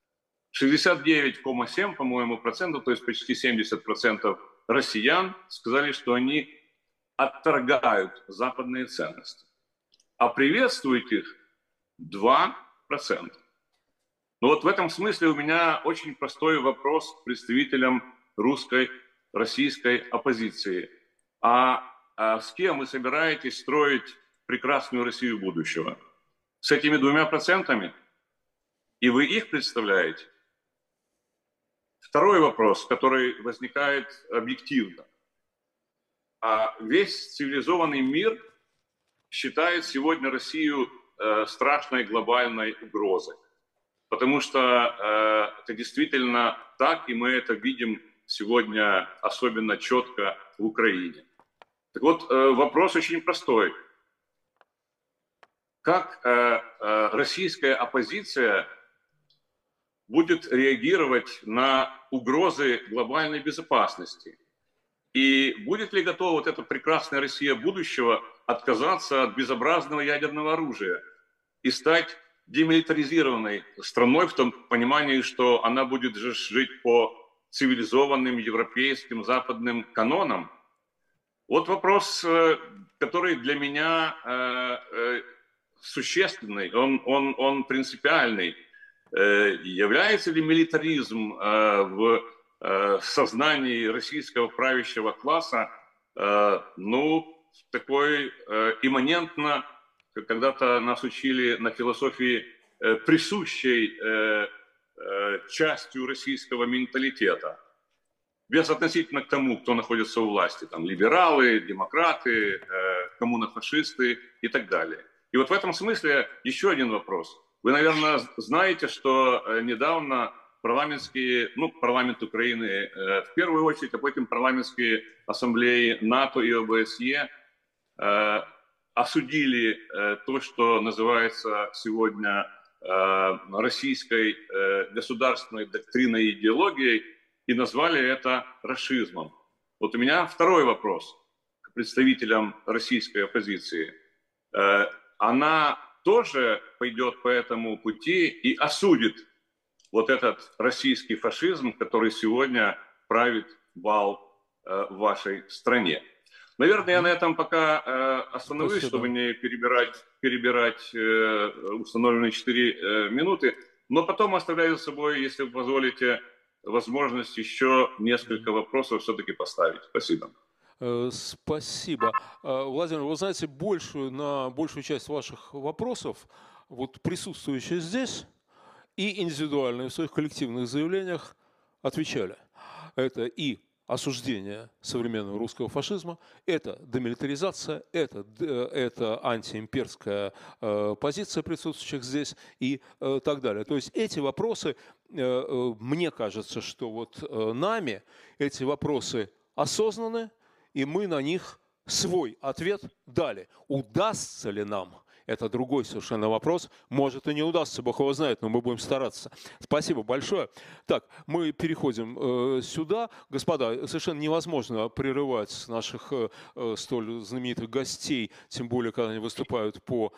69,7, по-моему, процентов, то есть почти 70% россиян сказали, что они отторгают западные ценности. А приветствуют их 2%. Ну вот в этом смысле у меня очень простой вопрос к представителям российской оппозиции. А с кем вы собираетесь строить прекрасную Россию будущего? С этими 2%? И вы их представляете? Второй вопрос, который возникает объективно. Весь цивилизованный мир считает сегодня Россию страшной глобальной угрозой. Потому что это действительно так, и мы это видим сегодня особенно четко в Украине. Так вот, вопрос очень простой. Как российская оппозиция будет реагировать на угрозы глобальной безопасности? И будет ли готова вот эта прекрасная Россия будущего отказаться от безобразного ядерного оружия и стать демилитаризированной страной в том понимании, что она будет жить по цивилизованным европейским западным канонам? Вот вопрос, который для меня существенный, он принципиальный. Является ли милитаризм в сознании российского правящего класса, такой имманентно, как когда-то нас учили на философии, присущей частью российского менталитета, безотносительно к тому, кто находится у власти, там либералы, демократы, коммунофашисты и так далее. И вот в этом смысле еще один вопрос. Вы, наверное, знаете, что недавно парламент Украины в первую очередь, а потом парламентские ассамблеи НАТО и ОБСЕ осудили то, что называется сегодня российской государственной доктриной и идеологией, и назвали это рашизмом. Вот у меня второй вопрос к представителям российской оппозиции. Она тоже пойдет по этому пути и осудит вот этот российский фашизм, который сегодня правит бал в вашей стране. Наверное, я на этом пока остановлюсь, чтобы не перебирать установленные 4 минуты, но потом оставляю за собой, если вы позволите, возможность еще несколько вопросов все-таки поставить. Спасибо. Спасибо. Владимир, вы знаете, на большую часть ваших вопросов, вот присутствующие здесь и индивидуальные в своих коллективных заявлениях отвечали. Это и осуждение современного русского фашизма, это демилитаризация, это антиимперская позиция присутствующих здесь и так далее. То есть эти вопросы, мне кажется, что вот нами эти вопросы осознаны, и мы на них свой ответ дали. Удастся ли нам? Это другой совершенно вопрос. Может и не удастся, Бог его знает, но мы будем стараться. Спасибо большое. Так, мы переходим сюда. Господа, совершенно невозможно прерывать наших столь знаменитых гостей, тем более, когда они выступают по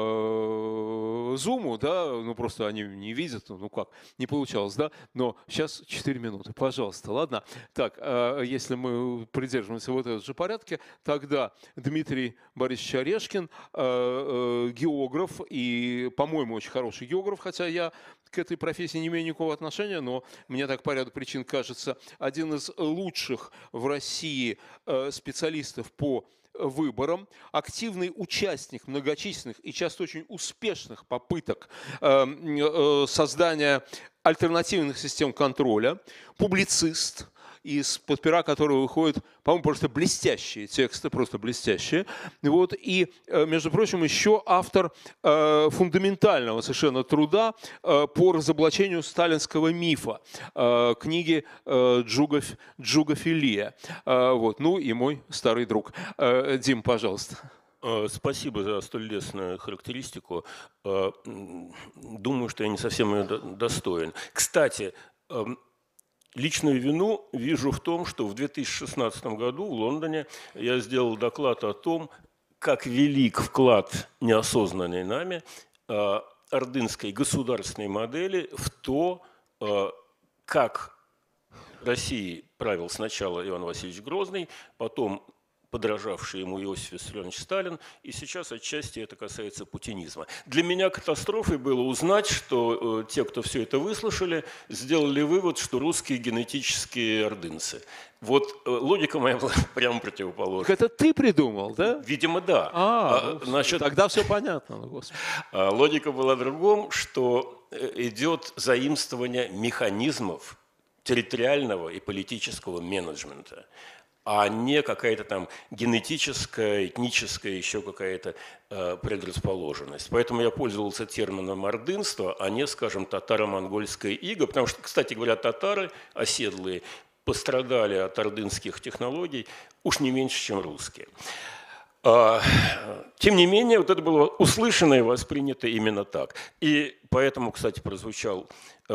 Zoom, да, ну просто они не видят, ну как, не получалось, да, но сейчас 4 минуты, пожалуйста, ладно. Так, если мы придерживаемся вот этого же порядка, тогда Дмитрий Борисович Орешкин, географ и, по-моему, очень хороший географ, хотя я к этой профессии не имею никакого отношения, но мне так по ряду причин кажется, один из лучших в России специалистов по выборам, активный участник многочисленных и часто очень успешных попыток создания альтернативных систем контроля, публицист, из-под пера которого выходят, по-моему, просто блестящие тексты, просто блестящие. Вот. И, между прочим, еще автор фундаментального совершенно труда по разоблачению сталинского мифа, книги «Джугофилия». Вот. Ну и мой старый друг. Дим, пожалуйста. Спасибо за столь лестную характеристику. Думаю, что я не совсем ее достоин. Кстати, личную вину вижу в том, что в 2016 году в Лондоне я сделал доклад о том, как велик вклад, неосознанный нами, ордынской государственной модели в то, как Россией правил сначала Иван Васильевич Грозный, потом подражавший ему Иосиф Виссарионович Сталин, и сейчас отчасти это касается путинизма. Для меня катастрофой было узнать, что те, кто все это выслушали, сделали вывод, что русские генетические ордынцы. Вот логика моя была прямо противоположна. Так это ты придумал, да? Видимо, да. Значит, тогда все понятно. Ну, Господи. Логика была в другом, что идет заимствование механизмов территориального и политического менеджмента, а не какая-то там генетическая, этническая, еще какая-то предрасположенность. Поэтому я пользовался термином ордынство, а не, скажем, татаро-монгольское иго, потому что, кстати говоря, татары оседлые пострадали от ордынских технологий уж не меньше, чем русские. Тем не менее, вот это было услышано и воспринято именно так. И поэтому, кстати, прозвучал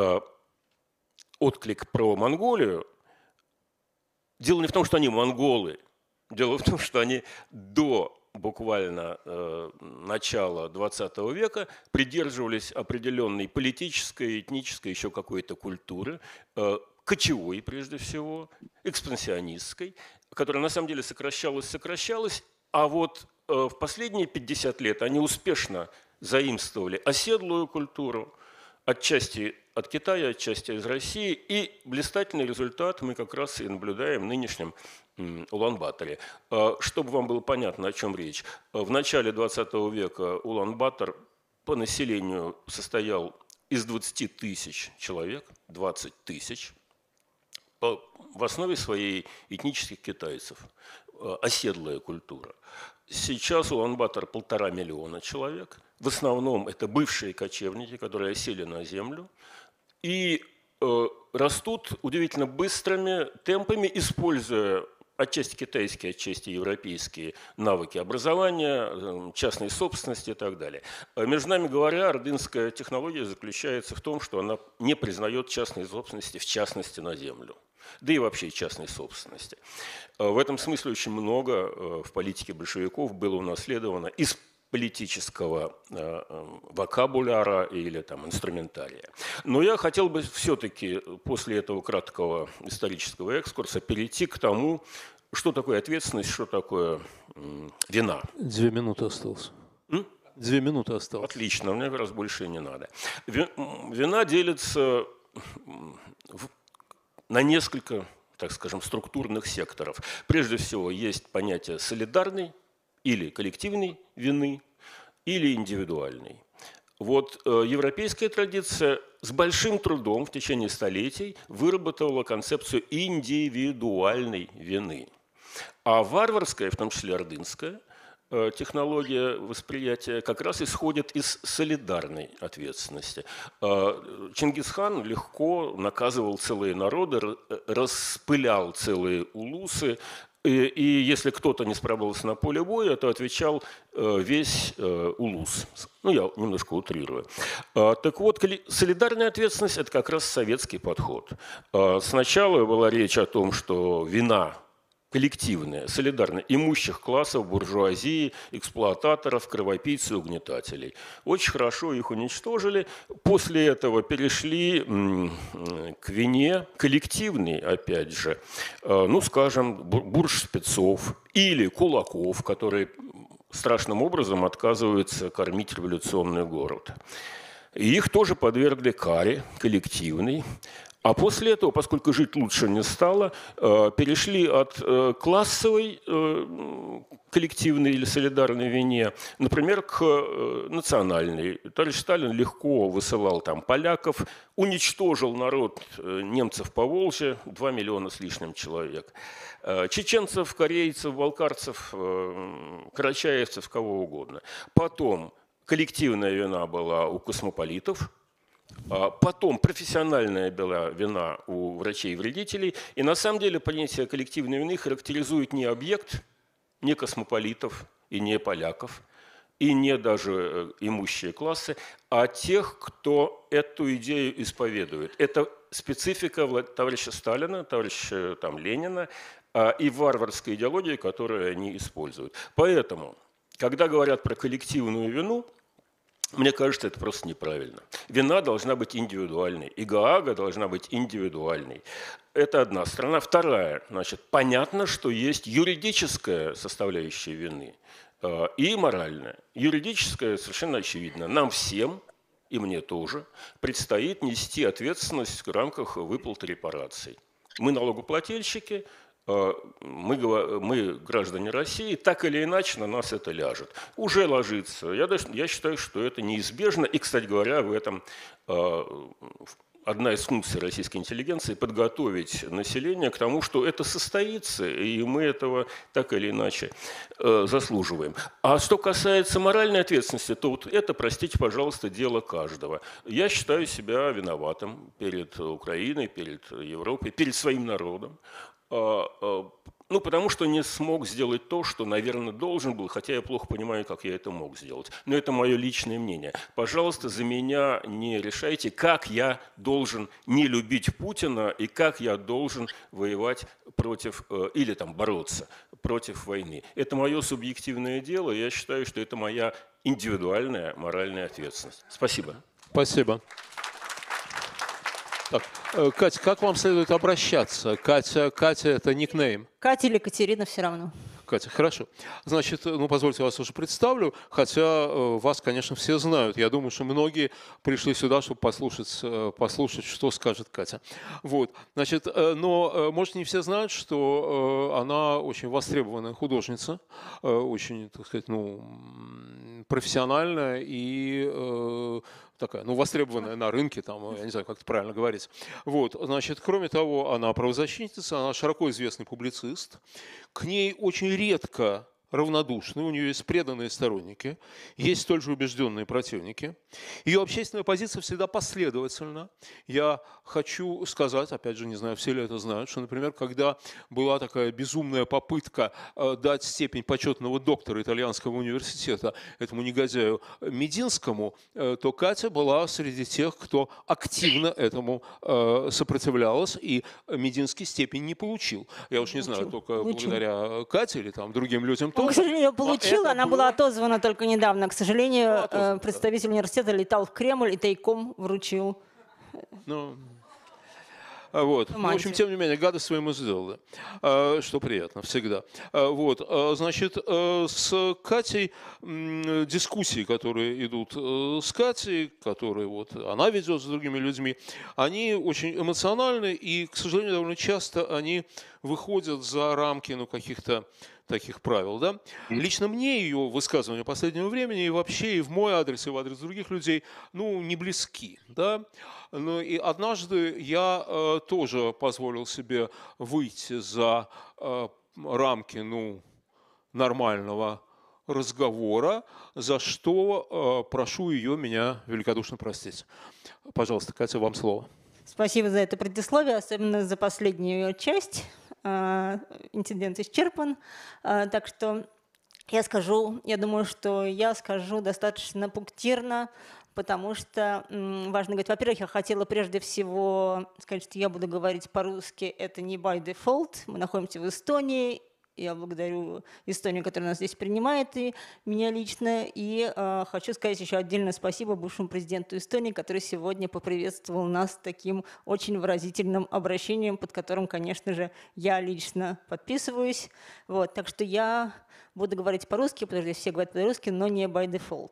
отклик про Монголию. Дело не в том, что они монголы. Дело в том, что они до буквально начала XX века придерживались определенной политической, этнической, еще какой-то культуры, кочевой прежде всего, экспансионистской, которая на самом деле сокращалась, а вот в последние 50 лет они успешно заимствовали оседлую культуру, отчасти от Китая, отчасти из России, и блистательный результат мы как раз и наблюдаем в нынешнем Улан-Баторе. Чтобы вам было понятно, о чем речь, в начале 20 века Улан-Батор по населению состоял из 20 тысяч человек, 20 тысяч, в основе своей этнических китайцев, оседлая культура. Сейчас Улан-Батор 1,5 миллиона человек. В основном это бывшие кочевники, которые осели на землю и растут удивительно быстрыми темпами, используя отчасти китайские, отчасти европейские навыки образования, частной собственности и так далее. Между нами говоря, ордынская технология заключается в том, что она не признает частной собственности, в частности на землю, да и вообще частной собственности. В этом смысле очень много в политике большевиков было унаследовано из политического вокабуляра или там, инструментария. Но я хотел бы все-таки после этого краткого исторического экскурса перейти к тому, что такое ответственность, что такое вина. 2 минуты осталось. 2 минуты осталось. Отлично, мне как раз больше и не надо. Вина делится на несколько, так скажем, структурных секторов. Прежде всего, есть понятие солидарной или коллективной вины, или индивидуальной. Вот европейская традиция с большим трудом в течение столетий выработала концепцию индивидуальной вины. А варварская, в том числе ордынская, технология восприятия как раз исходит из солидарной ответственности. Чингисхан легко наказывал целые народы, распылял целые улусы, и если кто-то не справился на поле боя, то отвечал весь улус. Ну, я немножко утрирую. Так вот, солидарная ответственность – это как раз советский подход. Сначала была речь о том, что вина коллективная, солидарная, имущих классов, буржуазии, эксплуататоров, кровопийц и угнетателей. Очень хорошо их уничтожили. После этого перешли к вине коллективной, опять же, ну, скажем, буржспецов или кулаков, которые страшным образом отказываются кормить революционный город. И их тоже подвергли каре коллективной. А после этого, поскольку жить лучше не стало, перешли от классовой коллективной или солидарной вине, например, к национальной. Товарищ Сталин легко высылал там поляков, уничтожил народ немцев по Волжье, 2 миллиона с лишним человек. Чеченцев, корейцев, балкарцев, карачаевцев, кого угодно. Потом коллективная вина была у космополитов. Потом профессиональная была вина у врачей-вредителей. И на самом деле понятие коллективной вины характеризует не объект, не космополитов и не поляков, и не даже имущие классы, а тех, кто эту идею исповедует. Это специфика товарища Сталина, товарища Ленина и варварской идеологии, которую они используют. Поэтому, когда говорят про коллективную вину, Мне кажется, это просто неправильно. Вина должна быть индивидуальной, и Гаага должна быть индивидуальной. Это одна сторона. Вторая, значит, понятно, что есть юридическая составляющая вины и моральная. Юридическая совершенно очевидно. Нам всем, и мне тоже, предстоит нести ответственность в рамках выплаты репараций. Мы налогоплательщики, мы граждане России, так или иначе на нас это ляжет. Уже ложится. Я считаю, что это неизбежно. И, кстати говоря, в этом одна из функций российской интеллигенции – подготовить население к тому, что это состоится, и мы этого так или иначе заслуживаем. А что касается моральной ответственности, то вот это, простите, пожалуйста, дело каждого. Я считаю себя виноватым перед Украиной, перед Европой, перед своим народом. Ну, потому что не смог сделать то, что, наверное, должен был, хотя я плохо понимаю, как я это мог сделать. Но это мое личное мнение. Пожалуйста, за меня не решайте, как я должен не любить Путина и как я должен воевать против, или там бороться против войны. Это мое субъективное дело, и я считаю, что это моя индивидуальная моральная ответственность. Спасибо. Спасибо. Так, Катя, как вам следует обращаться? Катя – это никнейм. Катя или Катерина все равно. Катя, хорошо. Значит, ну, позвольте, вас уже представлю, хотя вас, конечно, все знают. Я думаю, что многие пришли сюда, чтобы послушать, что скажет Катя. Вот, значит, но, может, не все знают, что она очень востребованная художница, очень, так сказать, ну, профессиональная и такая, ну, востребованная на рынке, там, я не знаю, как это правильно говорить. Вот, значит, кроме того, она правозащитница, она широко известный публицист. К ней очень редко равнодушны, у нее есть преданные сторонники, есть столь же убежденные противники. Ее общественная позиция всегда последовательна. Я хочу сказать, опять же, не знаю, все ли это знают, что, например, когда была такая безумная попытка дать степень почетного доктора итальянского университета этому негодяю Мединскому, то Катя была среди тех, кто активно этому сопротивлялась, и Мединский степень не получил. Я уж не знаю, только благодаря Кате или там другим людям. Он, к сожалению, получила, она была отозвана только недавно. К сожалению, представитель университета летал в Кремль и тайком вручил. Ну, вот. В общем, тем не менее, гадость своему сделали, что приятно всегда. Вот. Значит, с Катей дискуссии, которые идут с Катей, которые вот она ведет с другими людьми, они очень эмоциональны, и, к сожалению, довольно часто они выходят за рамки, ну, каких-то таких правил, да? Лично мне ее высказывания последнего времени и вообще и в мой адрес, и в адрес других людей, ну, не близки, да? Ну, и однажды я тоже позволил себе выйти за рамки, ну, нормального разговора, за что прошу ее меня великодушно простить. Пожалуйста, Катя, вам слово. Спасибо за это предисловие, особенно за последнюю часть. Инцидент исчерпан. Так что я думаю, что я скажу достаточно пунктирно, потому что важно говорить. Во-первых, я хотела прежде всего сказать, что я буду говорить по-русски. Это не by default. Мы находимся в Эстонии. Я благодарю Эстонию, которая нас здесь принимает, и меня лично. И хочу сказать еще отдельное спасибо бывшему президенту Эстонии, который сегодня поприветствовал нас таким очень выразительным обращением, под которым, конечно же, я лично подписываюсь. Вот, так что я буду говорить по-русски, потому что все говорят по-русски, но не by default.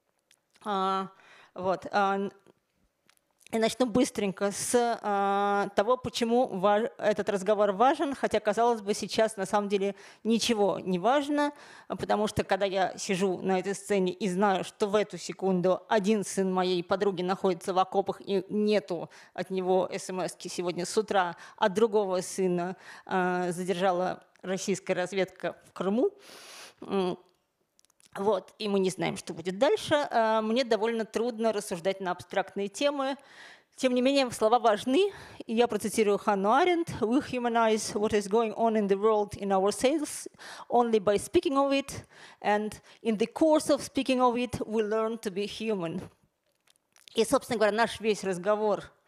И начну быстренько с того, почему этот разговор важен, хотя, казалось бы, сейчас на самом деле ничего не важно, потому что когда я сижу на этой сцене и знаю, что в эту секунду один сын моей подруги находится в окопах и нету от него смс-ки сегодня с утра, а другого сына задержала российская разведка в Крыму, вот, и мы не знаем, что будет дальше. Мне довольно трудно рассуждать на абстрактные темы. Тем не менее, слова важны. И я процитирую Ханну Аренд. We humanize what is going on in the world in ourselves only by speaking of it. And in the course of speaking of it, we learn to be human. И, собственно говоря, наш весь разговор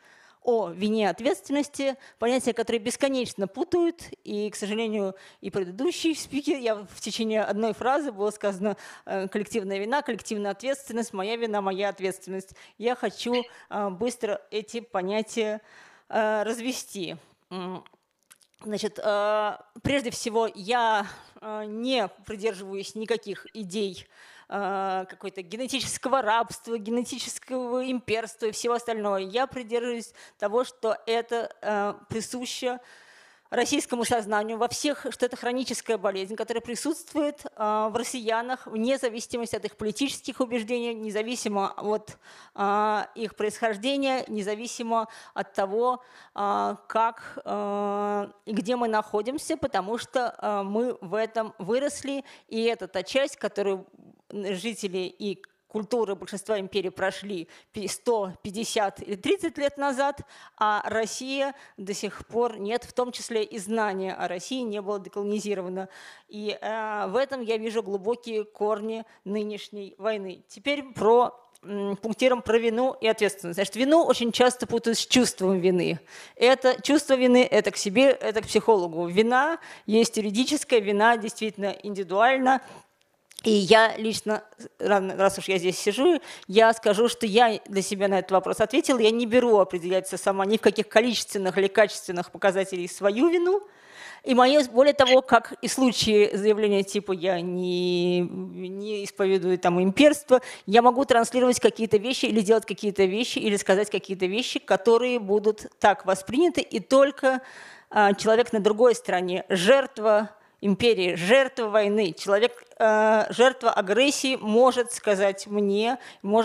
о вине ответственности, понятия, которые бесконечно путают, и, к сожалению, и предыдущий спикер, я в течение одной фразы было сказано коллективная вина, коллективная ответственность, моя вина, моя ответственность. Я хочу быстро эти понятия развести. Значит, прежде всего, я не придерживаюсь никаких идей какой-то генетического рабства, генетического имперства и всего остального. Я придерживаюсь того, что это присуще российскому сознанию во всех, что это хроническая болезнь, которая присутствует в россиянах вне зависимости от их политических убеждений, независимо от их происхождения, независимо от того, как и где мы находимся, потому что мы в этом выросли, и это та часть, которую жители и культуры большинства империй прошли 100, 50 или 30 лет назад, а Россия до сих пор нет, в том числе и знания о России не было деколонизировано. И в этом я вижу глубокие корни нынешней войны. Теперь пунктиром про вину и ответственность. Значит, вину очень часто путают с чувством вины. Это чувство вины, это к себе, это к психологу. Вина есть юридическая, вина действительно индивидуальна. И я лично, раз уж я здесь сижу, я скажу, что я для себя на этот вопрос ответила. Я не беру определяться сама ни в каких количественных или качественных показателей свою вину. И более того, как и в случае заявления типа «я не исповедую там имперство», я могу транслировать какие-то вещи или делать какие-то вещи, или сказать какие-то вещи, которые будут так восприняты, и только человек на другой стороне, жертва империи, жертва войны, человек, жертва агрессии может сказать мне,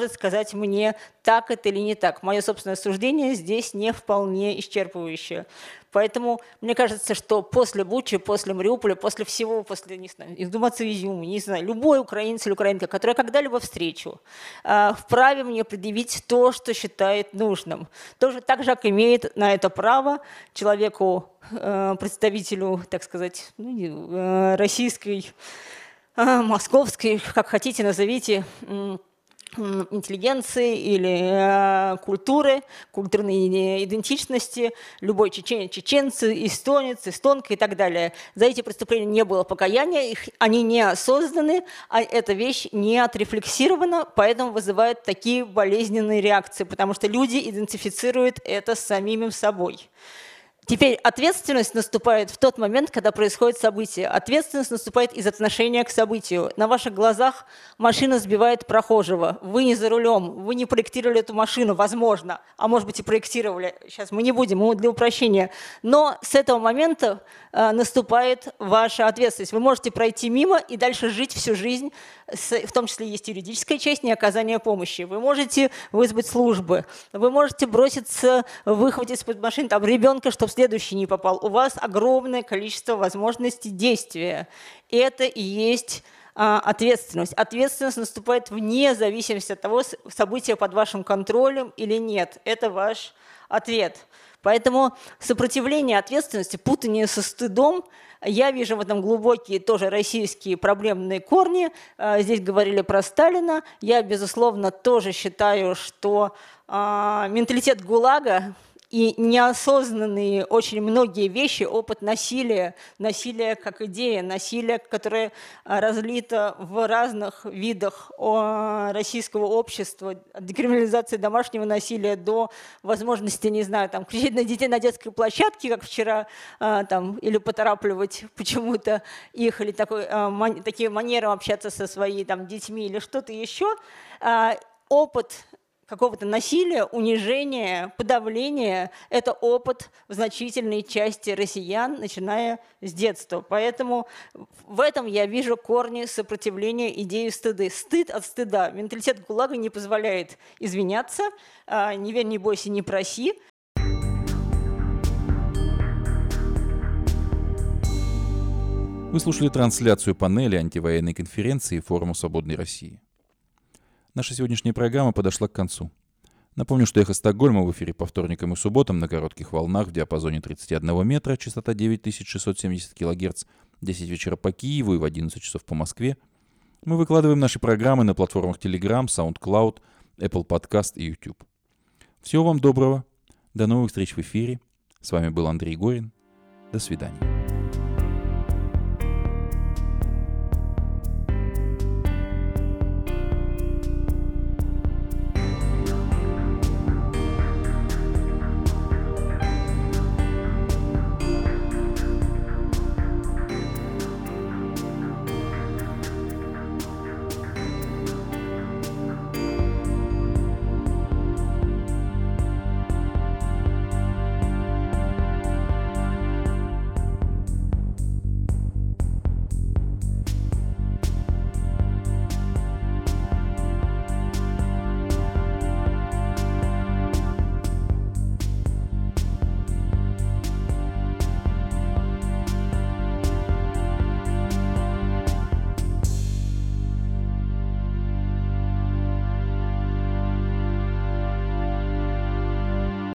так это или не так. Мое собственное суждение здесь не вполне исчерпывающее. Поэтому мне кажется, что после Бучи, после Мариуполя, после всего, после, не знаю, эксгумации Изюма, не знаю, любой украинец или украинка, которая когда-либо встречу, вправе мне предъявить то, что считает нужным. Тоже так же, как имеет на это право человеку, представителю, так сказать, российской, московской, как хотите назовите, интеллигенции или культуры, культурной идентичности, любой чеченец, эстонец, эстонка и так далее. За эти преступления не было покаяния, они не осознаны, а эта вещь не отрефлексирована, поэтому вызывает такие болезненные реакции, потому что люди идентифицируют это с самим собой. Теперь ответственность наступает в тот момент, когда происходит событие. Ответственность наступает из отношения к событию. На ваших глазах машина сбивает прохожего. Вы не за рулем, вы не проектировали эту машину, возможно, а может быть и проектировали. Сейчас мы не будем, мы для упрощения. Но с этого момента наступает ваша ответственность. Вы можете пройти мимо и дальше жить всю жизнь, в том числе есть юридическая часть неоказания помощи. Вы можете вызвать службы, вы можете броситься, выхватить из-под машины там, ребенка, чтобы следующий не попал. У вас огромное количество возможностей действия. Это и есть ответственность. Ответственность наступает вне зависимости от того, события под вашим контролем или нет. Это ваш ответ. Поэтому сопротивление ответственности, путание со стыдом, я вижу в этом глубокие тоже российские проблемные корни. Здесь говорили про Сталина. Я, безусловно, тоже считаю, что менталитет ГУЛАГа и неосознанные очень многие вещи, опыт насилия, насилие как идея, насилие, которое разлито в разных видах российского общества, от декриминализации домашнего насилия до возможности, не знаю, там, кричать на детей на детской площадке, как вчера, там, или поторапливать почему-то их, или такие манеры общаться со своими там, детьми или что-то еще. Опыт какого-то насилия, унижения, подавления – это опыт в значительной части россиян, начиная с детства. Поэтому в этом я вижу корни сопротивления идеи стыда. Стыд от стыда. Менталитет ГУЛАГа не позволяет извиняться, не верь, не бойся, не проси. Вы слушали трансляцию панели антивоенной конференции Форума Свободной России. Наша сегодняшняя программа подошла к концу. Напомню, что «Эхо Стокгольма» в эфире по вторникам и субботам на коротких волнах в диапазоне 31 метра, частота 9670 кГц, 10 вечера по Киеву и в 11 часов по Москве. Мы выкладываем наши программы на платформах Telegram, SoundCloud, Apple Podcast и YouTube. Всего вам доброго. До новых встреч в эфире. С вами был Андрей Горин. До свидания.